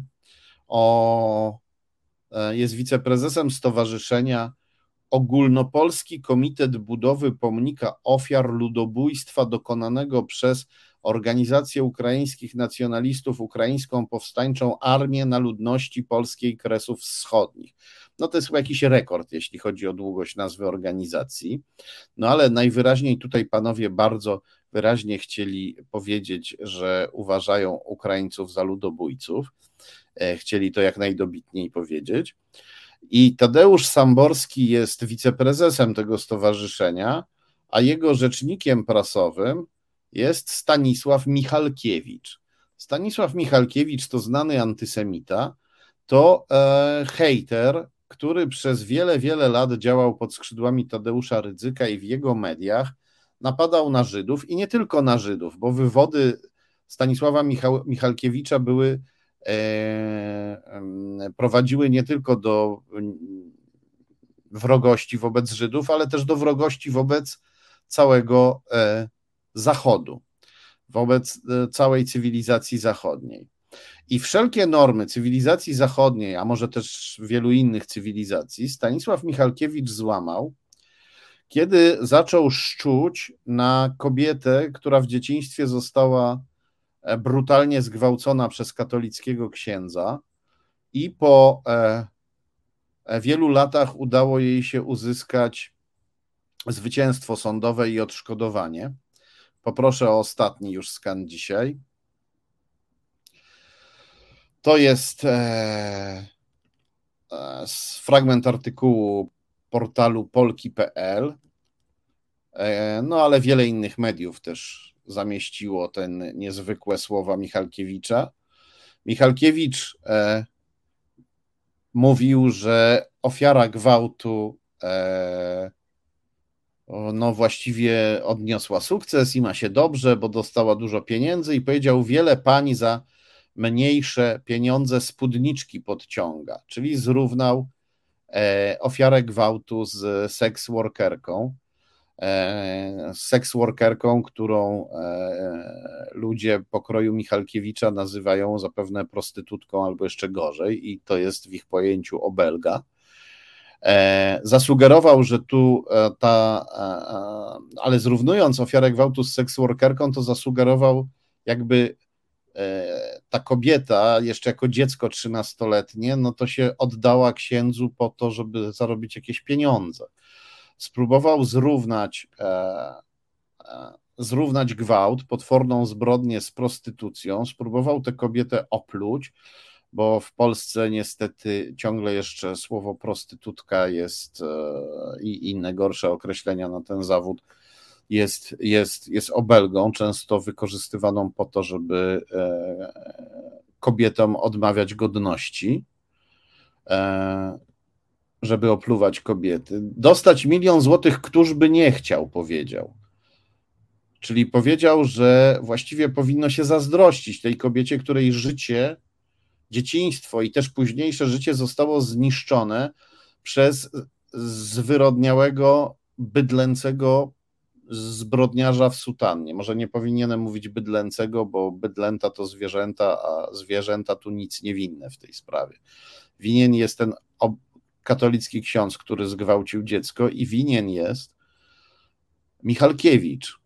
Speaker 1: Jest wiceprezesem stowarzyszenia Ogólnopolski Komitet Budowy Pomnika Ofiar Ludobójstwa dokonanego przez Organizację Ukraińskich Nacjonalistów, Ukraińską Powstańczą Armię na Ludności Polskiej Kresów Wschodnich. No to jest chyba jakiś rekord, jeśli chodzi o długość nazwy organizacji, no ale najwyraźniej tutaj panowie bardzo wyraźnie chcieli powiedzieć, że uważają Ukraińców za ludobójców, chcieli to jak najdobitniej powiedzieć. I Tadeusz Samborski jest wiceprezesem tego stowarzyszenia, a jego rzecznikiem prasowym jest Stanisław Michalkiewicz. Stanisław Michalkiewicz to znany antysemita, to hejter, który przez wiele lat działał pod skrzydłami Tadeusza Rydzyka i w jego mediach napadał na Żydów i nie tylko na Żydów, bo wywody Stanisława Michalkiewicza prowadziły nie tylko do wrogości wobec Żydów, ale też do wrogości wobec całego Zachodu, wobec całej cywilizacji zachodniej. I wszelkie normy cywilizacji zachodniej, a może też wielu innych cywilizacji, Stanisław Michalkiewicz złamał, kiedy zaczął szczuć na kobietę, która w dzieciństwie została brutalnie zgwałcona przez katolickiego księdza i po wielu latach udało jej się uzyskać zwycięstwo sądowe i odszkodowanie. Poproszę o ostatni już skan dzisiaj. To jest fragment artykułu portalu polki.pl. no ale wiele innych mediów też zamieściło te niezwykłe słowa Michalkiewicza. Michalkiewicz mówił, że ofiara gwałtu no właściwie odniosła sukces i ma się dobrze, bo dostała dużo pieniędzy i powiedział, wiele pani za mniejsze pieniądze spódniczki podciąga, czyli zrównał ofiarę gwałtu z seksworkerką, którą ludzie pokroju Michalkiewicza nazywają zapewne prostytutką albo jeszcze gorzej i to jest w ich pojęciu obelga. Zasugerował, że tu ale zrównując ofiarę gwałtu z seksworkerką, to zasugerował jakby ta kobieta jeszcze jako dziecko 13-letnie, no to się oddała księdzu po to, żeby zarobić jakieś pieniądze. Spróbował zrównać gwałt, potworną zbrodnię z prostytucją, spróbował tę kobietę opluć, bo w Polsce niestety ciągle jeszcze słowo prostytutka jest i inne gorsze określenia na ten zawód jest obelgą, często wykorzystywaną po to, żeby kobietom odmawiać godności, żeby opluwać kobiety. Dostać 1 000 000 złotych, któż by nie chciał, powiedział. Czyli powiedział, że właściwie powinno się zazdrościć tej kobiecie, której życie, dzieciństwo i też późniejsze życie zostało zniszczone przez zwyrodniałego, bydlęcego zbrodniarza w sutannie. Może nie powinienem mówić bydlęcego, bo bydlęta to zwierzęta, a zwierzęta tu nic nie winne w tej sprawie. Winien jest ten katolicki ksiądz, który zgwałcił dziecko i winien jest Michalkiewicz,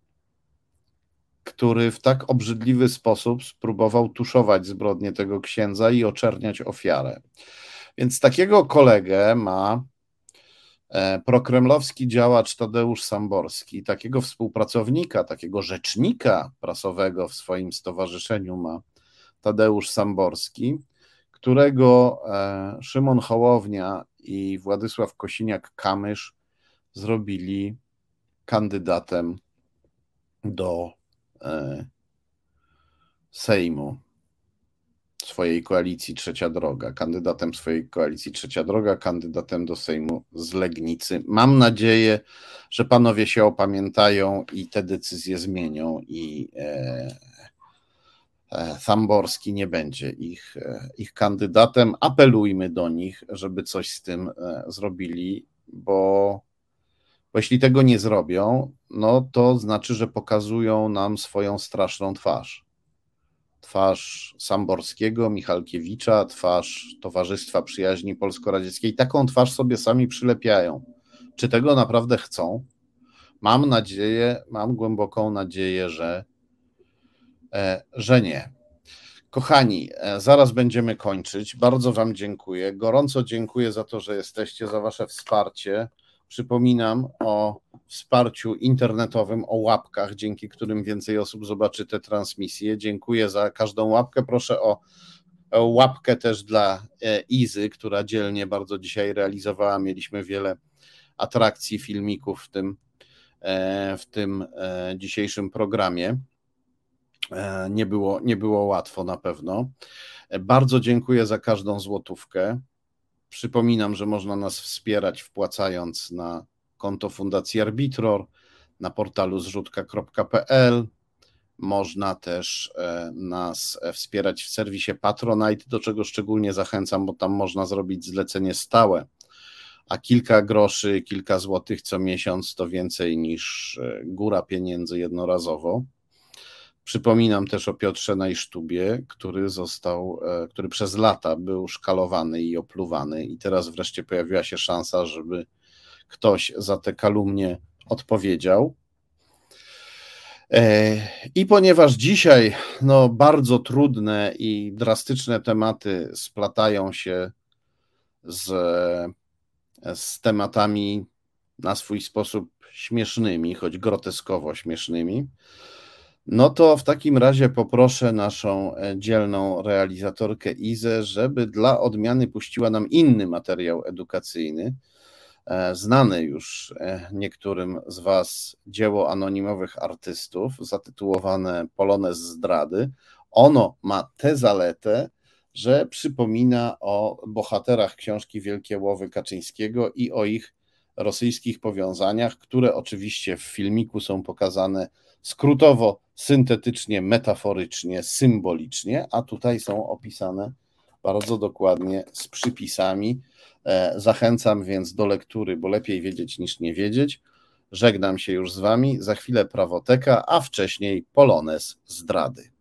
Speaker 1: który w tak obrzydliwy sposób spróbował tuszować zbrodnię tego księdza i oczerniać ofiarę. Więc takiego kolegę ma prokremlowski działacz Tadeusz Samborski, takiego współpracownika, takiego rzecznika prasowego w swoim stowarzyszeniu ma Tadeusz Samborski, którego Szymon Hołownia i Władysław Kosiniak-Kamysz zrobili kandydatem do Sejmu swojej koalicji Trzecia Droga, kandydatem swojej koalicji Trzecia Droga, kandydatem do Sejmu z Legnicy. Mam nadzieję, że panowie się opamiętają i te decyzje zmienią i Samborski nie będzie ich kandydatem. Apelujmy do nich, żeby coś z tym zrobili, bo jeśli tego nie zrobią, no to znaczy, że pokazują nam swoją straszną twarz. Twarz Samborskiego, Michalkiewicza, twarz Towarzystwa Przyjaźni Polsko-Radzieckiej. Taką twarz sobie sami przylepiają. Czy tego naprawdę chcą? Mam nadzieję, mam głęboką nadzieję, że nie. Kochani, zaraz będziemy kończyć. Bardzo wam dziękuję. Gorąco dziękuję za to, że jesteście, za wasze wsparcie. Przypominam o wsparciu internetowym, o łapkach, dzięki którym więcej osób zobaczy te transmisje. Dziękuję za każdą łapkę. Proszę o łapkę też dla Izy, która dzielnie bardzo dzisiaj realizowała. Mieliśmy wiele atrakcji, filmików w tym dzisiejszym programie. Nie było łatwo na pewno. Bardzo dziękuję za każdą złotówkę. Przypominam, że można nas wspierać wpłacając na konto Fundacji Arbitror, na portalu zrzutka.pl. Można też nas wspierać w serwisie Patronite, do czego szczególnie zachęcam, bo tam można zrobić zlecenie stałe, a kilka groszy, kilka złotych co miesiąc to więcej niż góra pieniędzy jednorazowo. Przypominam też o Piotrze Najsztubie, który przez lata był szkalowany i opluwany i teraz wreszcie pojawiła się szansa, żeby ktoś za te kalumnie odpowiedział. I ponieważ dzisiaj bardzo trudne i drastyczne tematy splatają się z tematami na swój sposób śmiesznymi, choć groteskowo śmiesznymi, no to w takim razie poproszę naszą dzielną realizatorkę Izę, żeby dla odmiany puściła nam inny materiał edukacyjny, znane już niektórym z Was dzieło anonimowych artystów zatytułowane Polonez zdrady. Ono ma tę zaletę, że przypomina o bohaterach książki Wielkie Łowy Kaczyńskiego i o ich rosyjskich powiązaniach, które oczywiście w filmiku są pokazane skrótowo, syntetycznie, metaforycznie, symbolicznie, a tutaj są opisane bardzo dokładnie z przypisami. Zachęcam więc do lektury, bo lepiej wiedzieć niż nie wiedzieć. Żegnam się już z Wami, za chwilę Prawoteka, a wcześniej Polonez zdrady.